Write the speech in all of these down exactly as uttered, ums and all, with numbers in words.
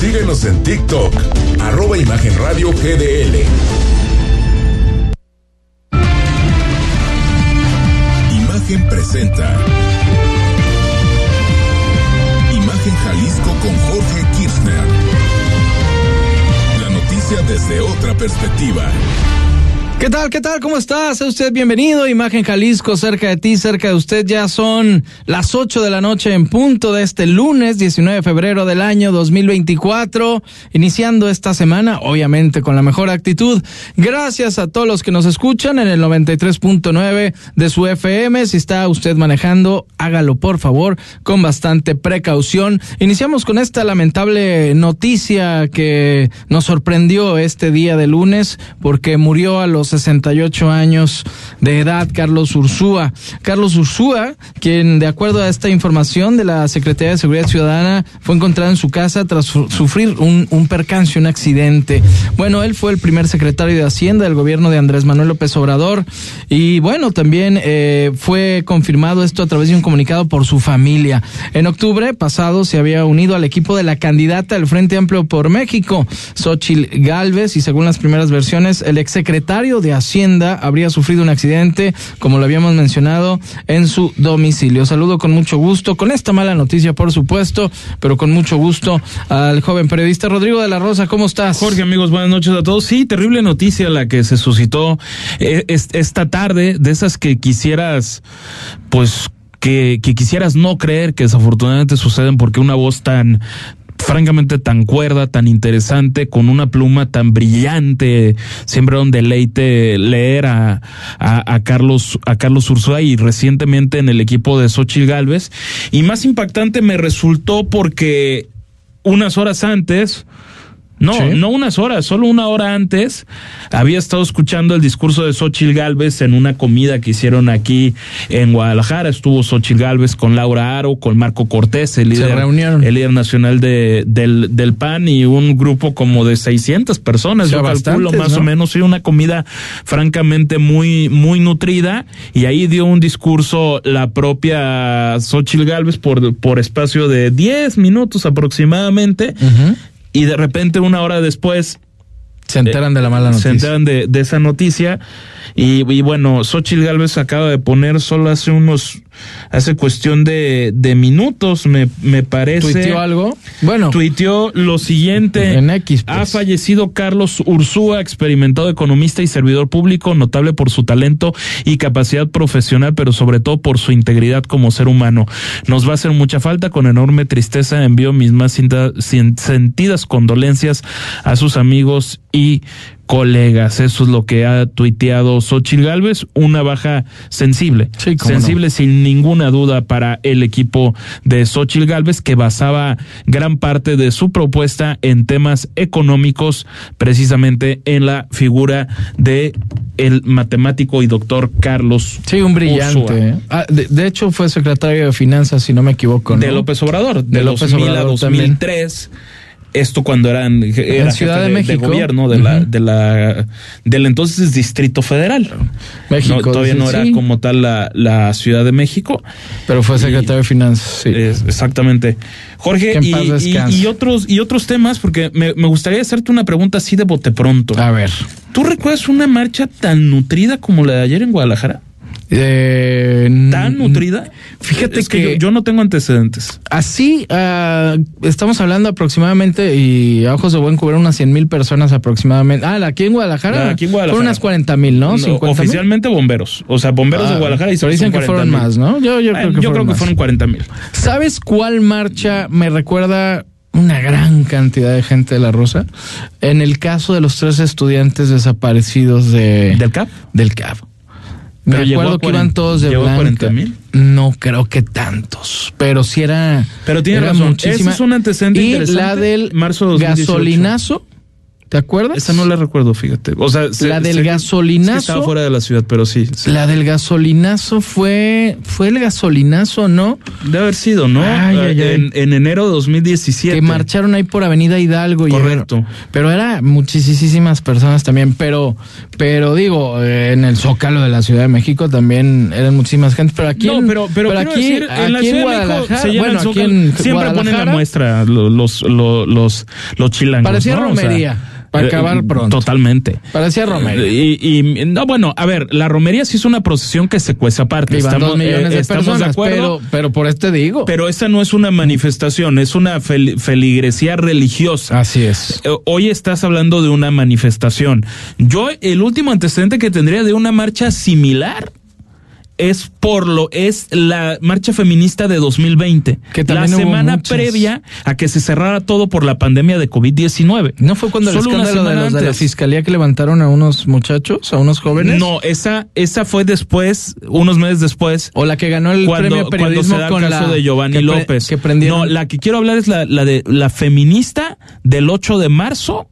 Síguenos en TikTok, arroba Imagen Radio G D L. Imagen presenta Imagen Jalisco con Jorge Kirchner. La noticia desde otra perspectiva. ¿Qué tal? ¿Qué tal? ¿Cómo está? Sea usted bienvenido. Imagen Jalisco, cerca de ti, cerca de usted. Ya son las ocho de la noche en punto de este lunes, diecinueve de febrero del año dos mil veinticuatro. Iniciando esta semana, obviamente, con la mejor actitud. Gracias a todos los que nos escuchan en el noventa y tres punto nueve de su F M. Si está usted manejando, hágalo, por favor, con bastante precaución. Iniciamos con esta lamentable noticia que nos sorprendió este día de lunes, porque murió a los sesenta y ocho años de edad Carlos Ursúa. Carlos Ursúa, quien de acuerdo a esta información de la Secretaría de Seguridad Ciudadana, fue encontrado en su casa tras su- sufrir un, un percance, un accidente. Bueno, él fue el primer secretario de Hacienda del gobierno de Andrés Manuel López Obrador y bueno, también eh, fue confirmado esto a través de un comunicado por su familia. En octubre pasado se había unido al equipo de la candidata del Frente Amplio por México, Xóchitl Gálvez, y según las primeras versiones, el exsecretario de Hacienda habría sufrido un accidente, como lo habíamos mencionado, en su domicilio. Saludo con mucho gusto, con esta mala noticia, por supuesto, pero con mucho gusto al joven periodista Rodrigo de la Rosa. ¿Cómo estás? Jorge, amigos, buenas noches a todos. Sí, terrible noticia la que se suscitó eh, es- esta tarde, de esas que quisieras, pues, que, que quisieras no creer que desafortunadamente suceden, porque una voz tan francamente tan cuerda, tan interesante, con una pluma tan brillante, siempre un deleite leer a, a, a Carlos a Carlos Ursúa, y recientemente en el equipo de Xóchitl Gálvez. Y más impactante me resultó porque unas horas antes, no, Sí. no unas horas, solo una hora antes, había estado escuchando el discurso de Xóchitl Gálvez en una comida que hicieron aquí en Guadalajara. Estuvo Xóchitl Gálvez con Laura Aro, con Marco Cortés, el líder, reunieron. el líder nacional de, del, del P A N, y un grupo como de seiscientas personas, O sea, yo calculo bastantes, más ¿no? o menos. Sí, una comida francamente muy, muy nutrida, y ahí dio un discurso la propia Xóchitl Gálvez por, por espacio de diez minutos aproximadamente. Ujú. Y de repente, una hora después, Se enteran de la mala se noticia. enteran de, de esa noticia. Y, y bueno, Xóchitl Gálvez acaba de poner solo hace unos, hace cuestión de, de minutos, me, me parece. ¿Tuiteó algo? Bueno, Tuiteó lo siguiente: en X, pues. ha fallecido Carlos Ursúa, experimentado economista y servidor público, notable por su talento y capacidad profesional, pero sobre todo por su integridad como ser humano. Nos va a hacer mucha falta. Con enorme tristeza envío mis más cinta- sin- sentidas condolencias a sus amigos y colegas. Eso es lo que ha tuiteado Xóchitl Gálvez. Una baja sensible, Sí, cómo sensible sin ninguna duda para el equipo de Xóchitl Gálvez, que basaba gran parte de su propuesta en temas económicos, precisamente en la figura de el matemático y doctor Carlos sí, un brillante. Ursúa. ¿eh? Ah, de, de hecho, fue secretario de Finanzas, si no me equivoco, ¿no? De López Obrador, de, De López dos mil a Obrador dos mil tres. Esto cuando eran era Ciudad jefe de México. gobierno de la Ujú. de la del entonces Distrito Federal. México. No, todavía no sí, era como tal la, la Ciudad de México. pero fue secretario de Finanzas, sí. Es- exactamente. Jorge, Que en y, paz y- descanse. y otros y otros temas, porque me, me gustaría hacerte una pregunta así de bote pronto. A ver. ¿Tú recuerdas una marcha tan nutrida como la de ayer en Guadalajara? Eh, ¿Tan nutrida? Fíjate Es que, que- yo, yo no tengo antecedentes. Así, ah, estamos hablando aproximadamente, y a ojos de buen cubrir, unas cien mil personas aproximadamente. Ah, aquí en Guadalajara. Ah, aquí en Guadalajara. Fueron unas cuarenta mil, ¿no? No, cincuenta mil. oficialmente bomberos. O sea, bomberos Ah, de Guadalajara pero dicen, dicen que fueron más, ¿no? Yo, yo creo que yo fueron creo que más. fueron cuarenta mil. ¿Sabes cuál marcha me recuerda una gran cantidad de gente de La Rosa? En el caso de los tres estudiantes desaparecidos de ¿Del C A P? del C A P. Me Pero llegó acuerdo a que iban cuarenta todos de ¿llegó a blanca. cuarenta mil? No creo que tantos, pero sí era. Pero tiene era razón. muchísima. Ese es un antecedente y interesante. la del Marzo de dos mil dieciocho. gasolinazo ¿Te acuerdas? Esa no la recuerdo, fíjate. O sea, se, la del se, gasolinazo. Es que estaba fuera de la ciudad, pero sí, sí. La del gasolinazo fue, fue el gasolinazo, ¿no? Debe haber sido, ¿no? Ay, ay, ay. En, en enero de dos mil diecisiete. Que marcharon ahí por Avenida Hidalgo. Correcto. Y, pero era muchísimas personas también, pero, pero digo, eh, en el Zócalo de la Ciudad de México también eran muchísimas gente, pero aquí no, en, pero, pero, pero aquí, decir, aquí en la en Ciudad Guadalajara, de México se bueno, aquí en siempre ponen la muestra los, los, los, los chilangos. Parecía ¿no? romería. O sea, para acabar pronto. Totalmente. Parecía romería. Y, y, no, bueno, a ver, la romería sí es una procesión que se cuece aparte. Iban estamos, dos millones eh, de estamos personas, de acuerdo. Pero, pero por este digo. Pero esa no es una manifestación, es una fel, feligresía religiosa. Así es. Eh, hoy estás hablando de una manifestación. Yo, el último antecedente que tendría de una marcha similar es por lo es la marcha feminista de dos mil veinte, que la semana previa a que se cerrara todo por la pandemia de COVID diecinueve. ¿No fue cuando el Solo escándalo de, los de la fiscalía que levantaron a unos muchachos, a unos jóvenes? No, esa esa fue después, unos meses después. O la que ganó el cuando, premio periodismo cuando se da con el caso la de Giovanni que pre, López. Que prendieron. No, la que quiero hablar es la, la de la feminista del ocho de marzo.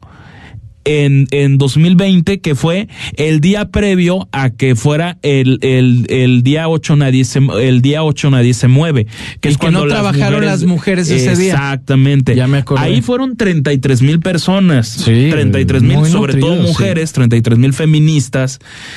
En, en dos mil veinte, que fue el día previo a que fuera el, el, el día ocho nadie se, el día ocho nadie se mueve, que y es que cuando no trabajaron las mujeres, las mujeres ese día. Exactamente. Ya me acordé. Ahí fueron treinta y tres mil personas, sí, treinta y tres mil, sobre nutrido, todo mujeres, sí. treinta y tres mil feministas.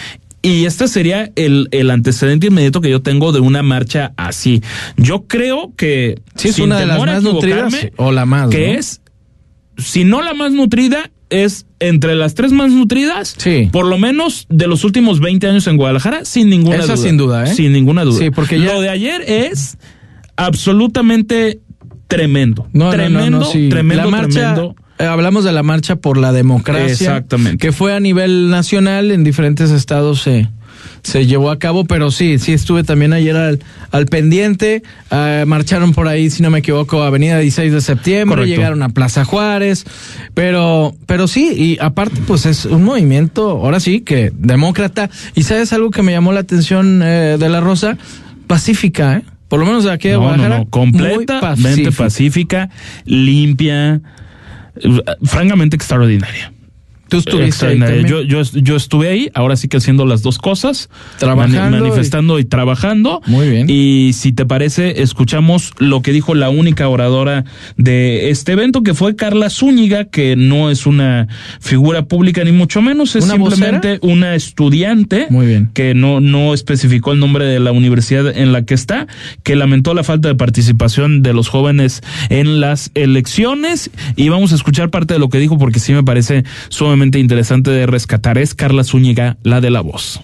Y este sería el, el antecedente inmediato que yo tengo de una marcha así. Yo creo que sí, es una de las más nutridas o la más, que ¿no? es, si no la más nutrida, es entre las tres más nutridas, sí. por lo menos de los últimos veinte años en Guadalajara, sin ninguna Esa duda. sin duda, ¿eh? Sin ninguna duda. Sí, porque ya... Lo de ayer es absolutamente tremendo. No, tremendo, no, no, no, sí. tremendo, la marcha, tremendo. Eh, hablamos de la marcha por la democracia. Exactamente. Que fue a nivel nacional, en diferentes estados se... se llevó a cabo, pero sí, sí estuve también ayer al, al pendiente, uh, marcharon por ahí, si no me equivoco, Avenida dieciséis de septiembre, correcto. Llegaron a Plaza Juárez, pero, pero sí, y aparte pues es un movimiento, ahora sí, que demócrata, y ¿sabes algo que me llamó la atención eh, de la Rosa? Pacífica, ¿eh? Por lo menos de aquí de no, Guadalajara. No, no, completamente pacífica. pacífica, limpia, francamente extraordinaria. Tú estuviste ahí también. Yo, yo, yo estuve ahí, ahora sí que haciendo las dos cosas, trabajando, mani- manifestando y... y trabajando. Muy bien. Y si te parece, escuchamos lo que dijo la única oradora de este evento, que fue Carla Zúñiga, que no es una figura pública ni mucho menos, es simplemente vocera? Una estudiante. Muy bien. Que no, no especificó el nombre de la universidad en la que está, que lamentó la falta de participación de los jóvenes en las elecciones. Y vamos a escuchar parte de lo que dijo, porque sí me parece sumamente interesante de rescatar. Es Carla Zúñiga, la de La Voz.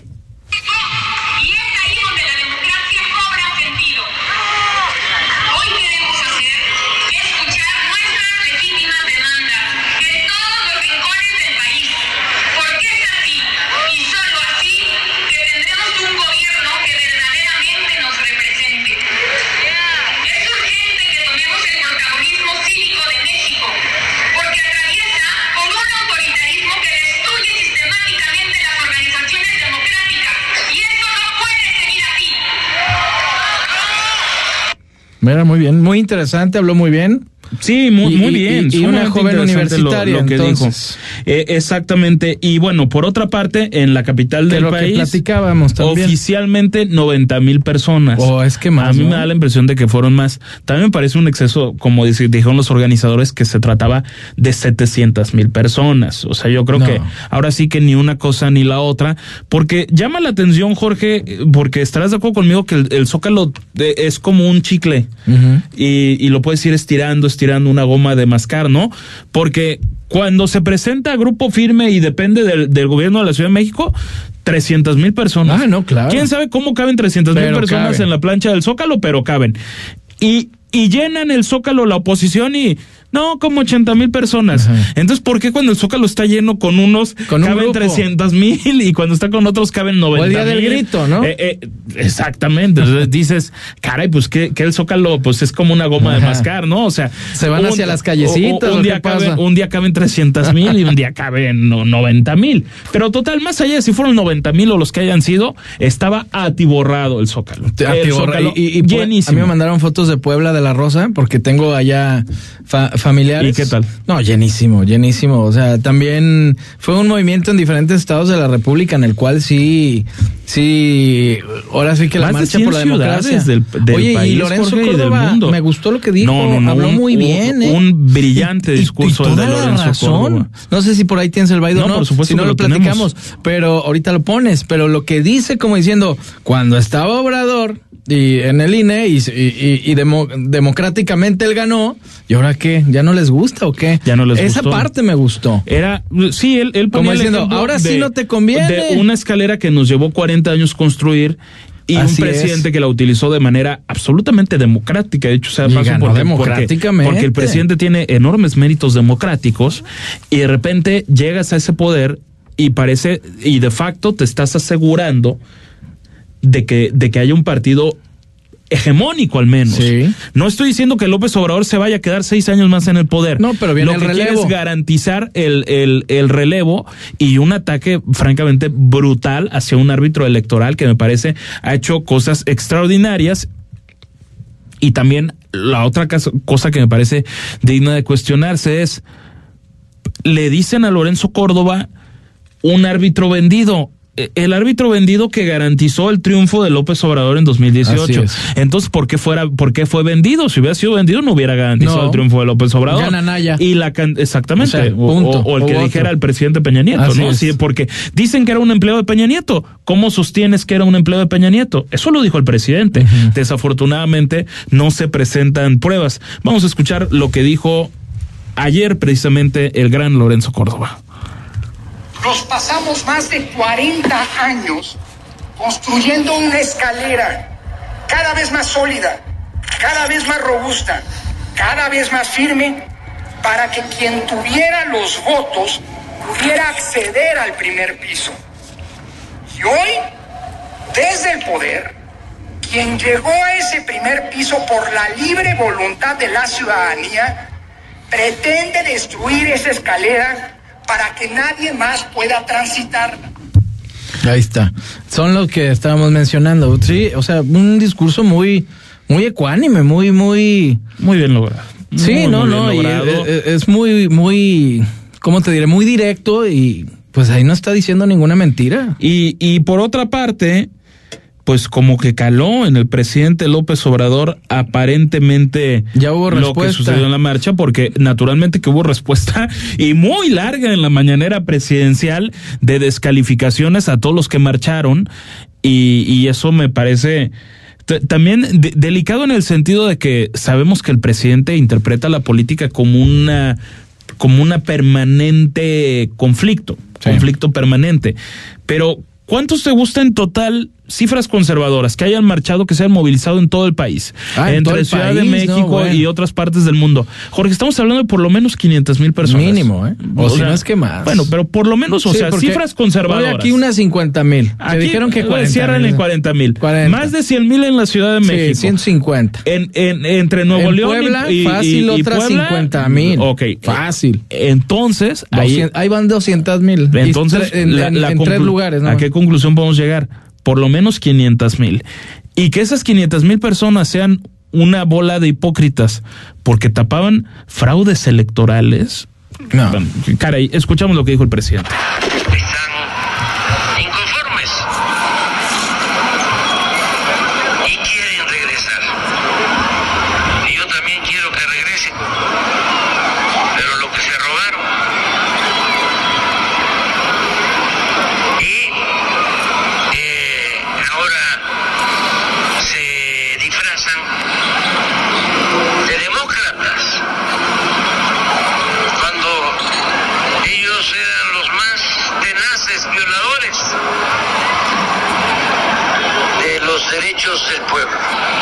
Mira, muy bien, muy interesante, habló muy bien. Sí, muy, y, muy bien. Y, y una joven universitaria, lo, lo que entonces. dijo. Eh, exactamente. Y bueno, por otra parte, en la capital de del lo país, que platicábamos también. Oficialmente noventa mil personas. Oh, es que más. A mí ¿no? me da la impresión de que fueron más. También me parece un exceso, como dijeron los organizadores, que se trataba de setecientas mil personas. O sea, yo creo no. que ahora sí que ni una cosa ni la otra, porque llama la atención, Jorge, porque estarás de acuerdo conmigo que el, el Zócalo es como un chicle, uh-huh. y, y lo puedes ir estirando, estirando tirando una goma de mascar, ¿no? Porque cuando se presenta Grupo Firme y depende del, del gobierno de la Ciudad de México, trescientas mil personas. Ah, no, claro. ¿Quién sabe cómo caben trescientas mil personas caben. En la plancha del Zócalo? Pero caben. Y, y llenan el Zócalo la oposición y... No, como ochenta mil personas. Ajá. Entonces, ¿por qué cuando el Zócalo está lleno con unos con un caben trescientas mil y cuando está con otros caben noventa mil? O el día del grito, ¿no? Eh, eh, exactamente. Entonces dices, caray, pues que, que el Zócalo pues es como una goma Ajá. de mascar, ¿no? O sea, se van un, hacia las callecitas. Un, un, día cabe, un día caben trescientas mil y un día caben no, noventa mil. Pero total, más allá de si fueron noventa mil o los que hayan sido, estaba atiborrado el Zócalo. Atiborrado. El Zócalo y, y, y llenísimo. A mí me mandaron fotos de Puebla de la Rosa porque tengo allá fa- familiares. ¿Y qué tal? No, llenísimo, llenísimo. O sea, también fue un movimiento en diferentes estados de la República en el cual sí, sí, ahora sí que la Más marcha de por la democracia. Del, del Oye, país, y Lorenzo Jorge, Córdoba, y del mundo. me gustó lo que dijo, no, no, no, habló un, muy bien. Un, ¿eh? un brillante y, discurso y, y el de toda Lorenzo la razón. Córdoba. No sé si por ahí tienes el baile o No, no, por supuesto si no que lo, lo platicamos, tenemos. pero ahorita lo pones. Pero lo que dice, como diciendo, cuando estaba Obrador y en el I N E y, y, y demo, democráticamente él ganó, ¿y ahora qué? ¿Ya no les gusta o qué? Ya no les Esa gustó. parte me gustó. Era, sí, él, él Como ponía el diciendo, ejemplo ahora de, sí no te conviene. de una escalera que nos llevó cuarenta años construir y Así un presidente es. que la utilizó de manera absolutamente democrática. De hecho, o sea, Y paso ganó porque, democráticamente. Porque, porque el presidente tiene enormes méritos democráticos y de repente llegas a ese poder y parece, y de facto te estás asegurando de que, de que haya un partido hegemónico al menos. Sí. No estoy diciendo que López Obrador se vaya a quedar seis años más en el poder. No, pero viene Lo el que quiere relevo. es garantizar el, el, el relevo y un ataque francamente brutal hacia un árbitro electoral que me parece ha hecho cosas extraordinarias. Y también la otra cosa que me parece digna de cuestionarse es, le dicen a Lorenzo Córdoba un árbitro vendido. El árbitro vendido que garantizó el triunfo de López Obrador en dos mil dieciocho. Entonces, ¿por qué fuera, por qué fue vendido? Si hubiera sido vendido, no hubiera garantizado no. el triunfo de López Obrador. Gana Naya. Y la exactamente. O sea, punto, o, o el que o dijera otro. el presidente Peña Nieto, Así ¿no? es. Sí, porque dicen que era un empleado de Peña Nieto. ¿Cómo sostienes que era un empleado de Peña Nieto? Eso lo dijo el presidente. Uh-huh. Desafortunadamente, no se presentan pruebas. Vamos a escuchar lo que dijo ayer precisamente el gran Lorenzo Córdoba. Nos pasamos más de cuarenta años construyendo una escalera cada vez más sólida, cada vez más robusta, cada vez más firme, para que quien tuviera los votos pudiera acceder al primer piso. Y hoy, desde el poder, quien llegó a ese primer piso por la libre voluntad de la ciudadanía, pretende destruir esa escalera para que nadie más pueda transitarla. Ahí está. Son los que estábamos mencionando. Sí, o sea, un discurso muy, muy ecuánime, muy, muy... Muy bien logrado. Sí, muy, no, muy no, y es, es muy, muy, ¿cómo te diré? Muy directo y pues ahí no está diciendo ninguna mentira. Y, y por otra parte, pues como que caló en el presidente López Obrador aparentemente ya hubo lo respuesta. que sucedió en la marcha, porque naturalmente que hubo respuesta y muy larga en la mañanera presidencial de descalificaciones a todos los que marcharon y, y eso me parece t- también de- delicado en el sentido de que sabemos que el presidente interpreta la política como una como una permanente conflicto, sí. conflicto permanente, pero ¿cuántos te gusta en total cifras conservadoras que hayan marchado, que se hayan movilizado en todo el país? Ah, entre Ciudad de México no, bueno. y otras partes del mundo. Jorge, estamos hablando de por lo menos quinientas mil personas. Mínimo, ¿eh? O, o si sea, no es que más. Bueno, pero por lo menos, o sí, sea, cifras conservadoras. Aquí unas cincuenta mil. Te dijeron que cuarenta. Cierran en cuarenta mil. Más de cien mil en la Ciudad de México. Sí, ciento cincuenta. En, en, entre Nuevo en León Puebla, y, fácil, y, y otras Puebla, cincuenta mil. Ok. Fácil. Entonces, ahí, ahí van doscientas mil. Entonces, en, la, en, la en conclu- tres lugares, ¿no? ¿A qué conclusión podemos llegar? Por lo menos quinientas mil. Y que esas quinientas mil personas sean una bola de hipócritas porque tapaban fraudes electorales. No. Caray, escuchamos lo que dijo el presidente. Están inconformes y quieren regresar. Y yo también quiero que regresen. Pero lo que se robaron. Y eh, ahora se disfrazan de demócratas cuando ellos eran los más tenaces violadores de los derechos del pueblo.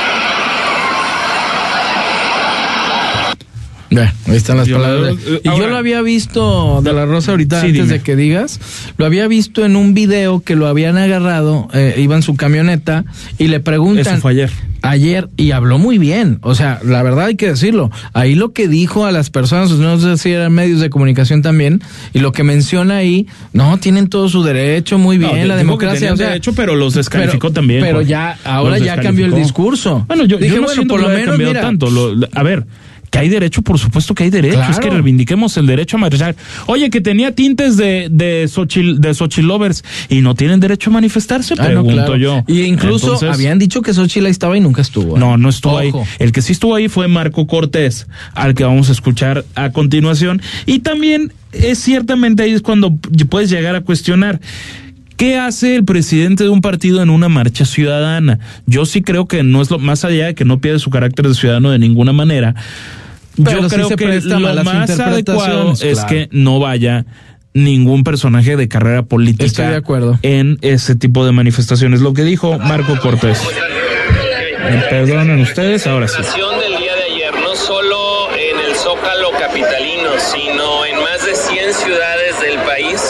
Bueno, ahí están las Yo, palabras. eh, Y ahora, yo lo había visto de la Rosa ahorita, sí, antes dime. de que digas, lo había visto en un video que lo habían agarrado, eh, iba en su camioneta y le preguntan. Eso fue ayer. Ayer, y habló muy bien, o sea, la verdad hay que decirlo, ahí lo que dijo a las personas, no sé si eran medios de comunicación también, y lo que menciona ahí, no, tienen todo su derecho, muy bien, No, la dijo que democracia, tenían o sea, derecho, pero los descalificó pero, también. Pero Jorge. ya, ahora Los ya cambió el descalificó. discurso. Bueno, yo, Dije, yo no bueno, siento por que lo lo haya menos, cambiado mira, tanto. Lo, a ver, Que hay derecho, por supuesto que hay derecho, claro. Es que reivindiquemos el derecho a marchar. Oye, que tenía tintes de de Xochitl, de Xochilovers y no tienen derecho a manifestarse, ah, pregunto no, claro. yo. Y incluso Entonces, habían dicho que Xochitl ahí estaba y nunca estuvo. ¿eh? No, no estuvo Ojo. ahí. El que sí estuvo ahí fue Marco Cortés, al que vamos a escuchar a continuación. Y también es ciertamente ahí es cuando puedes llegar a cuestionar. ¿Qué hace el presidente de un partido en una marcha ciudadana? Yo sí creo que no es lo más allá de que no pierde su carácter de ciudadano de ninguna manera. Pero Yo sí creo se que lo más adecuado claro. es que no vaya ningún personaje de carrera política Estoy de acuerdo. en ese tipo de manifestaciones. Lo que dijo Marco Cortés. Me perdonen ustedes, ahora sí. La manifestación del día de ayer, no solo en el Zócalo capitalino, sino en más de cien ciudades del país,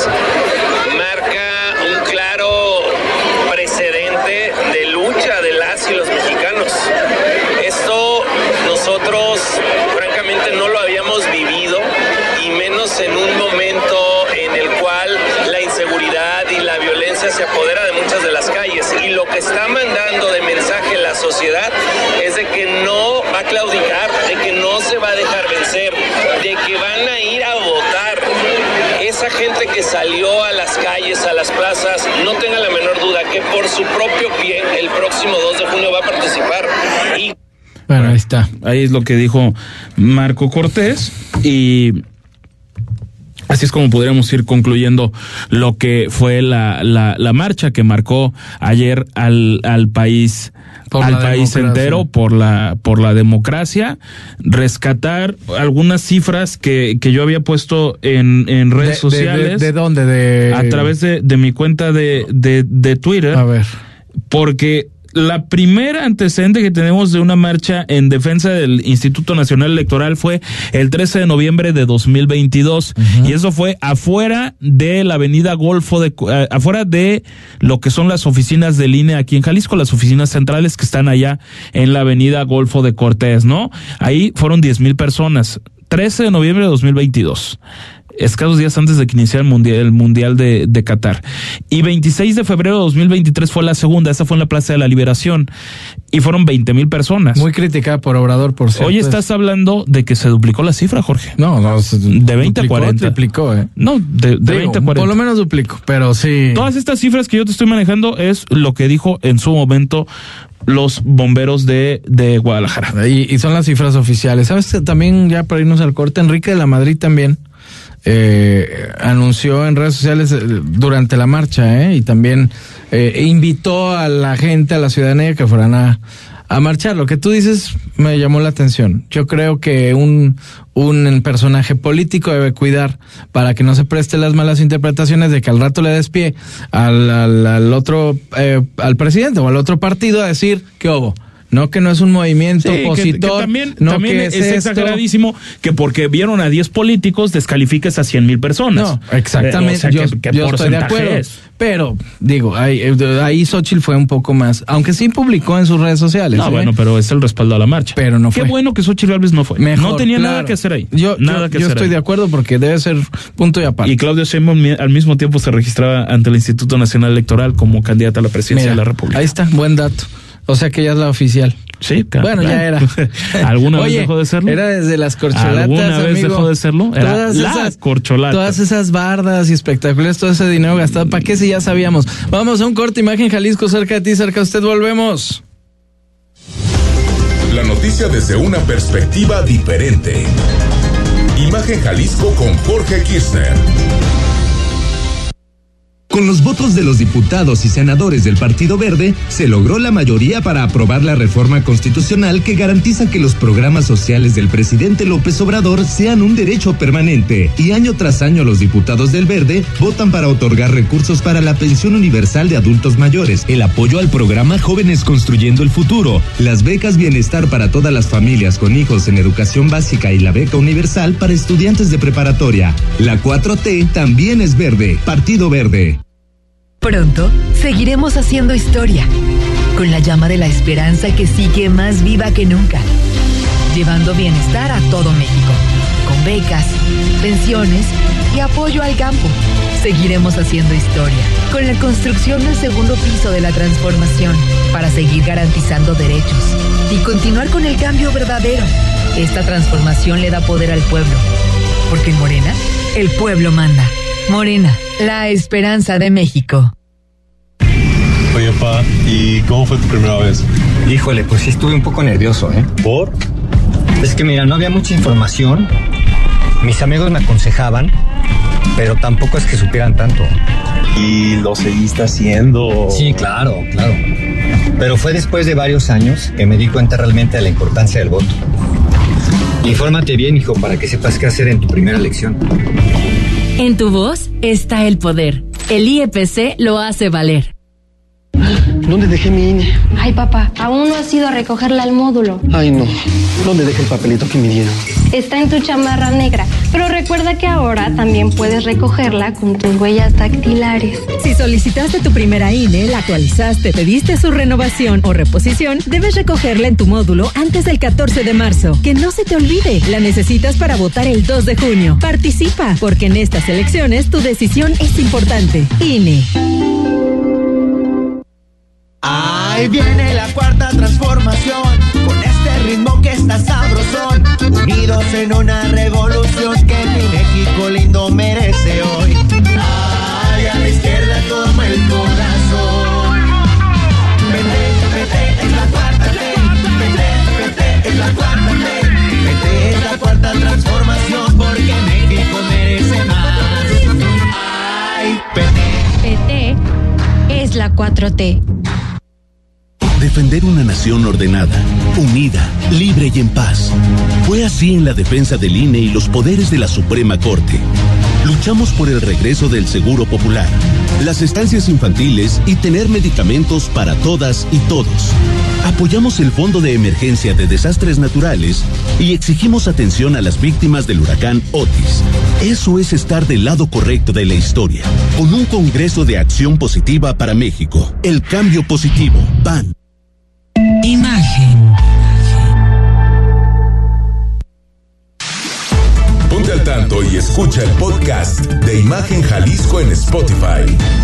y los mexicanos. Esto nosotros francamente no lo habíamos vivido y menos en un momento en el cual la inseguridad y la violencia se apodera de muchas de las calles, y lo que está mandando de mensaje la sociedad es de que no va a claudicar, de que no se va a dejar vencer, de que van a ir a votar. Esa gente que salió a las calles, a las plazas, no tenga la menor duda que por su propio pie el próximo dos de junio va a participar. Y... Bueno, ahí está. Ahí es lo que dijo Marco Cortés y así es como podríamos ir concluyendo lo que fue la, la, la marcha que marcó ayer al, al país. Por al país democracia. entero por la por la democracia, rescatar algunas cifras que, que yo había puesto en, en redes de, sociales. De, de, ¿De dónde? De... A través de, de mi cuenta de, de, de Twitter. A ver. Porque la primera antecedente que tenemos de una marcha en defensa del Instituto Nacional Electoral fue el trece de noviembre de dos mil veintidós. Uh-huh. Y eso fue afuera de la avenida Golfo, de uh, afuera de lo que son las oficinas del I N E aquí en Jalisco, las oficinas centrales que están allá en la avenida Golfo de Cortés, ¿no? Ahí fueron diez mil personas. trece de noviembre de dos mil veintidós. Escasos días antes de que iniciara el Mundial, el mundial de, de Qatar. Y veintiséis de febrero de dos mil veintitrés fue la segunda, esa fue en la Plaza de la Liberación, y fueron veinte mil personas. Muy criticada por Obrador, por cierto. Hoy estás hablando de que se duplicó la cifra, Jorge. No, no. De veinte duplicó, a cuarenta. Duplicó, ¿eh? No, de, de Digo, veinte a cuarenta. Por lo menos duplicó, pero sí. Todas estas cifras que yo te estoy manejando es lo que dijo en su momento los bomberos de, de Guadalajara. Y, y son las cifras oficiales. ¿Sabes? También, ya para irnos al corte, Enrique de la Madrid también Eh, anunció en redes sociales durante la marcha, ¿eh? Y también eh, invitó a la gente, a la ciudadanía que fueran a, a marchar. Lo que tú dices me llamó la atención. Yo creo que un, un personaje político debe cuidar para que no se preste las malas interpretaciones de que al rato le des pie al, al, al otro, eh, al presidente o al otro partido a decir que hubo. No, que no es un movimiento sí, opositor. Que, que también no también que es, es exageradísimo que porque vieron a diez políticos descalifiques a cien mil personas. No, exactamente. Eh, o sea, yo ¿qué, qué yo estoy de acuerdo. Es? Pero, digo, ahí, ahí Xochitl fue un poco más, aunque sí publicó en sus redes sociales. No, ¿eh? bueno, pero es el respaldo a la marcha. Pero no fue. Qué bueno que Xochitl Gálvez no fue. Mejor, no tenía claro. nada que hacer ahí. Yo, nada yo, que yo hacer estoy ahí. de acuerdo porque debe ser punto y aparte. Y Claudia Sheinbaum al mismo tiempo se registraba ante el Instituto Nacional Electoral como candidata a la presidencia Mira, de la República. Ahí está, buen dato. O sea que ya es la oficial. Sí, claro. Bueno, ya era. ¿Alguna Oye, vez dejó de serlo? Era desde las corcholatas, ¿Alguna vez amigo? dejó de serlo? Era todas la esas, corcholata. Todas esas bardas y espectaculares, todo ese dinero gastado, ¿para qué si ya sabíamos? Vamos a un corte, Imagen Jalisco, cerca de ti, cerca de usted, volvemos. La noticia desde una perspectiva diferente. Imagen Jalisco con Jorge Kirchner. Con los votos de los diputados y senadores del Partido Verde, se logró la mayoría para aprobar la reforma constitucional que garantiza que los programas sociales del presidente López Obrador sean un derecho permanente. Y año tras año los diputados del Verde votan para otorgar recursos para la pensión universal de adultos mayores, el apoyo al programa Jóvenes Construyendo el Futuro, las becas bienestar para todas las familias con hijos en educación básica y la beca universal para estudiantes de preparatoria. La cuatro T también es verde. Partido Verde. Pronto seguiremos haciendo historia, con la llama de la esperanza que sigue más viva que nunca, llevando bienestar a todo México. Con becas, pensiones y apoyo al campo. Seguiremos haciendo historia con la construcción del segundo piso de la transformación para seguir garantizando derechos y continuar con el cambio verdadero. Esta transformación le da poder al pueblo, porque en Morena, el pueblo manda. Morena, la esperanza de México. Oye, pa, ¿y cómo fue tu primera vez? Híjole, pues sí estuve un poco nervioso, ¿eh? ¿Por? Es que mira, no había mucha información. Mis amigos me aconsejaban, pero tampoco es que supieran tanto. ¿Y lo seguiste haciendo? Sí, claro, claro. Pero fue después de varios años que me di cuenta realmente de la importancia del voto. Infórmate bien, hijo, para que sepas qué hacer en tu primera elección. En tu voz está el poder. El I E P C lo hace valer. ¿Dónde dejé mi I N E? Ay, papá, aún no has ido a recogerla al módulo. Ay, no. ¿Dónde dejé el papelito que me dieron? Está en tu chamarra negra, pero recuerda que ahora también puedes recogerla con tus huellas dactilares. Si solicitaste tu primera I N E, la actualizaste, pediste su renovación o reposición, debes recogerla en tu módulo antes del catorce de marzo. Que no se te olvide, la necesitas para votar el dos de junio. Participa, porque en estas elecciones tu decisión es importante. I N E. Ahí viene la cuarta transformación, con este ritmo que está sabrosón, unidos en una revolución que mi México lindo merece hoy. Ay, a la izquierda toma el corazón. Vete, vete, es la cuarta ley. Vete, vete, es la cuarta ley. Vete, es la cuarta transformación, porque México merece más. Ay, vete. P T es la cuatro T. Defender una nación ordenada, unida, libre y en paz. Fue así en la defensa del I N E y los poderes de la Suprema Corte. Luchamos por el regreso del Seguro Popular, las estancias infantiles y tener medicamentos para todas y todos. Apoyamos el Fondo de Emergencia de Desastres Naturales y exigimos atención a las víctimas del huracán Otis. Eso es estar del lado correcto de la historia, con un Congreso de Acción Positiva para México. El cambio positivo, P A N. Imagen. Ponte al tanto y escucha el podcast de Imagen Jalisco en Spotify.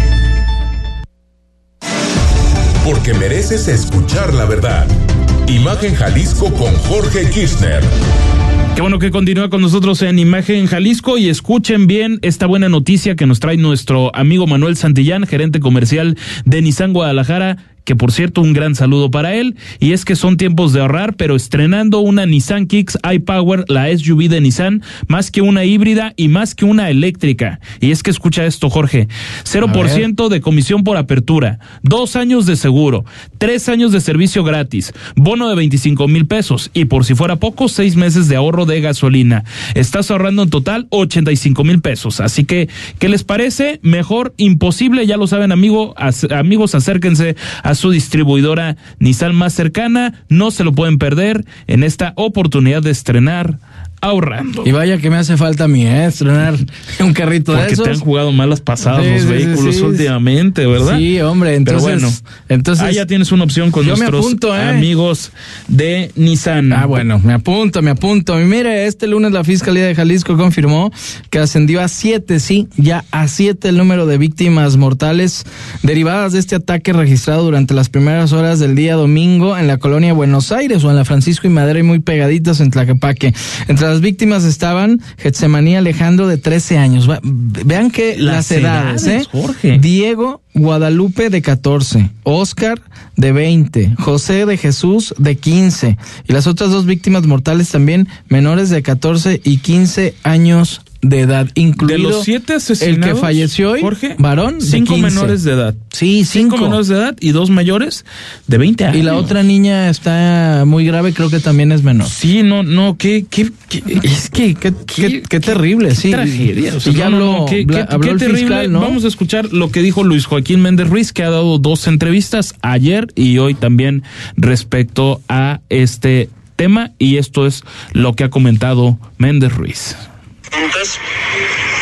Porque mereces escuchar la verdad. Imagen Jalisco con Jorge Kirchner. Qué bueno que continúa con nosotros en Imagen Jalisco y escuchen bien esta buena noticia que nos trae nuestro amigo Manuel Santillán, gerente comercial de Nissan Guadalajara, que por cierto un gran saludo para él, y es que son tiempos de ahorrar, pero estrenando una Nissan Kicks iPower, la S U V de Nissan, más que una híbrida y más que una eléctrica. Y es que escucha esto, Jorge, cero por ciento de comisión por apertura, dos años de seguro, tres años de servicio gratis, bono de veinticinco mil pesos y por si fuera poco, seis meses de ahorro de gasolina. Estás ahorrando en total ochenta y cinco mil pesos, así que, ¿qué les parece? Mejor imposible, ya lo saben, amigo, as, amigos, acérquense a su distribuidora Nissan más cercana, no se lo pueden perder en esta oportunidad de estrenar ahorrando. Y vaya que me hace falta a mí, ¿eh? Estrenar un carrito Porque de esos. Porque te han jugado malas pasadas sí, los sí, vehículos sí, sí, últimamente, ¿verdad? Sí, hombre, entonces... Pero bueno, entonces, ah, ya tienes una opción con nuestros apunto, ¿eh? amigos de Nissan. Ah, bueno, me apunto, me apunto. Y mire, este lunes la Fiscalía de Jalisco confirmó que ascendió a siete, sí, ya a siete el número de víctimas mortales derivadas de este ataque registrado durante las primeras horas del día domingo en la colonia Buenos Aires o en la Francisco y Madero y muy pegaditas en Tlaquepaque. Entre las víctimas estaban Getsemaní Alejandro de trece años. Vean que las, las edades, edades, ¿eh? Jorge. Diego Guadalupe de catorce, Oscar de veinte, José de Jesús de quince y las otras dos víctimas mortales también menores de catorce y quince años de edad, incluido de los siete asesinados, el que falleció hoy, Jorge, varón, cinco de quince. Menores de edad. Sí, cinco. cinco menores de edad y dos mayores de veinte años. Y la otra niña está muy grave, creo que también es menor. Sí, no, no, qué, qué, qué es que, qué, qué, qué, qué terrible, qué sí. Tragedia. O sea, y ya no, habló, no, qué, bla, qué, habló qué el terrible. fiscal, ¿no? Vamos a escuchar lo que dijo Luis Joaquín Méndez Ruiz, que ha dado dos entrevistas ayer y hoy también respecto a este tema, y esto es lo que ha comentado Méndez Ruiz. Entonces,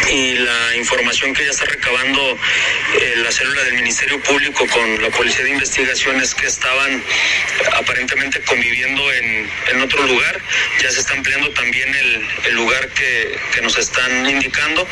y la información que ya está recabando eh, la célula del Ministerio Público con la Policía de Investigación es que estaban aparentemente conviviendo en, en otro lugar. Ya se está ampliando también el, el lugar que, que nos están indicando.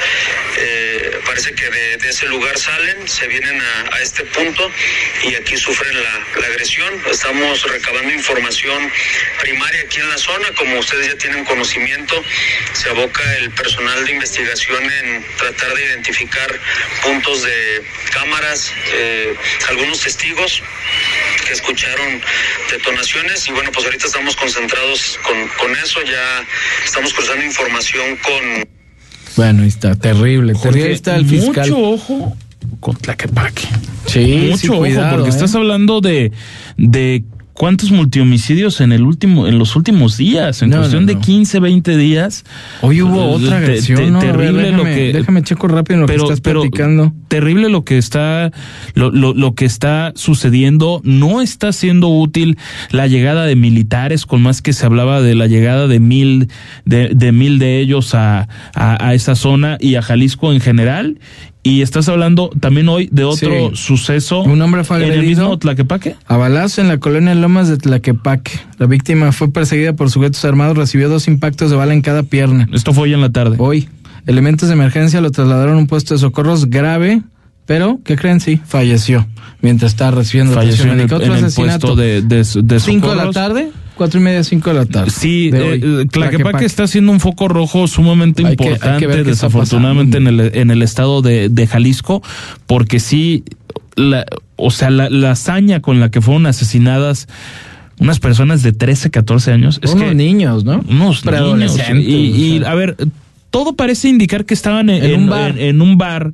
Eh, parece que de, de ese lugar salen, se vienen a, a este punto y aquí sufren la, la agresión. Estamos recabando información primaria aquí en la zona. Como ustedes ya tienen conocimiento, se aboca el personal de investigación en tratar de identificar puntos de cámaras, eh, algunos testigos que escucharon detonaciones y bueno, pues ahorita estamos concentrados con, con eso, ya estamos cruzando información con... Bueno, está terrible, Jorge, terrible está el fiscal. Mucho ojo con Tlaquepaque. Sí, mucho sí, ojo, cuidado, porque ¿eh? estás hablando de, de cuántos multihomicidios en el último, en los últimos días, en No, cuestión no, no. de quince, veinte días. Hoy hubo otra Te- agresión, te- ¿no? A ver, terrible déjame, lo que déjame checo rápido en lo pero, que estás pero platicando. terrible lo que está lo, lo, lo que está sucediendo. No está siendo útil la llegada de militares, con más que se hablaba de la llegada de mil de, de mil de ellos a, a, a esa zona y a Jalisco en general. Y estás hablando también hoy de otro Sí. suceso. Un hombre fue en el agredido mismo Tlaquepaque. a balazo en la colonia Lomas de Tlaquepaque. La víctima fue perseguida por sujetos armados, recibió dos impactos de bala en cada pierna. Esto fue hoy en la tarde. Hoy. Elementos de emergencia lo trasladaron a un puesto de socorros grave, pero, ¿qué creen? Sí, falleció mientras estaba recibiendo Falleció atención en el, médica. Otro en el asesinato. puesto de, de, de Cinco de la socorros. tarde, cuatro y media, cinco de la tarde. Sí, de hoy. eh, Tlaquepaque Tlaquepaque. está siendo un foco rojo sumamente Hay que- hay que importante, ver qué está desafortunadamente en el, en el estado de, de Jalisco, porque sí, la, o sea, la, la hazaña con la que fueron asesinadas unas personas de trece, catorce años. Es Unos que, niños, ¿no? Unos niños. Preadolescentes, Y, y, o sea. a ver, todo parece indicar que estaban en, En un en- bar. en- en un bar.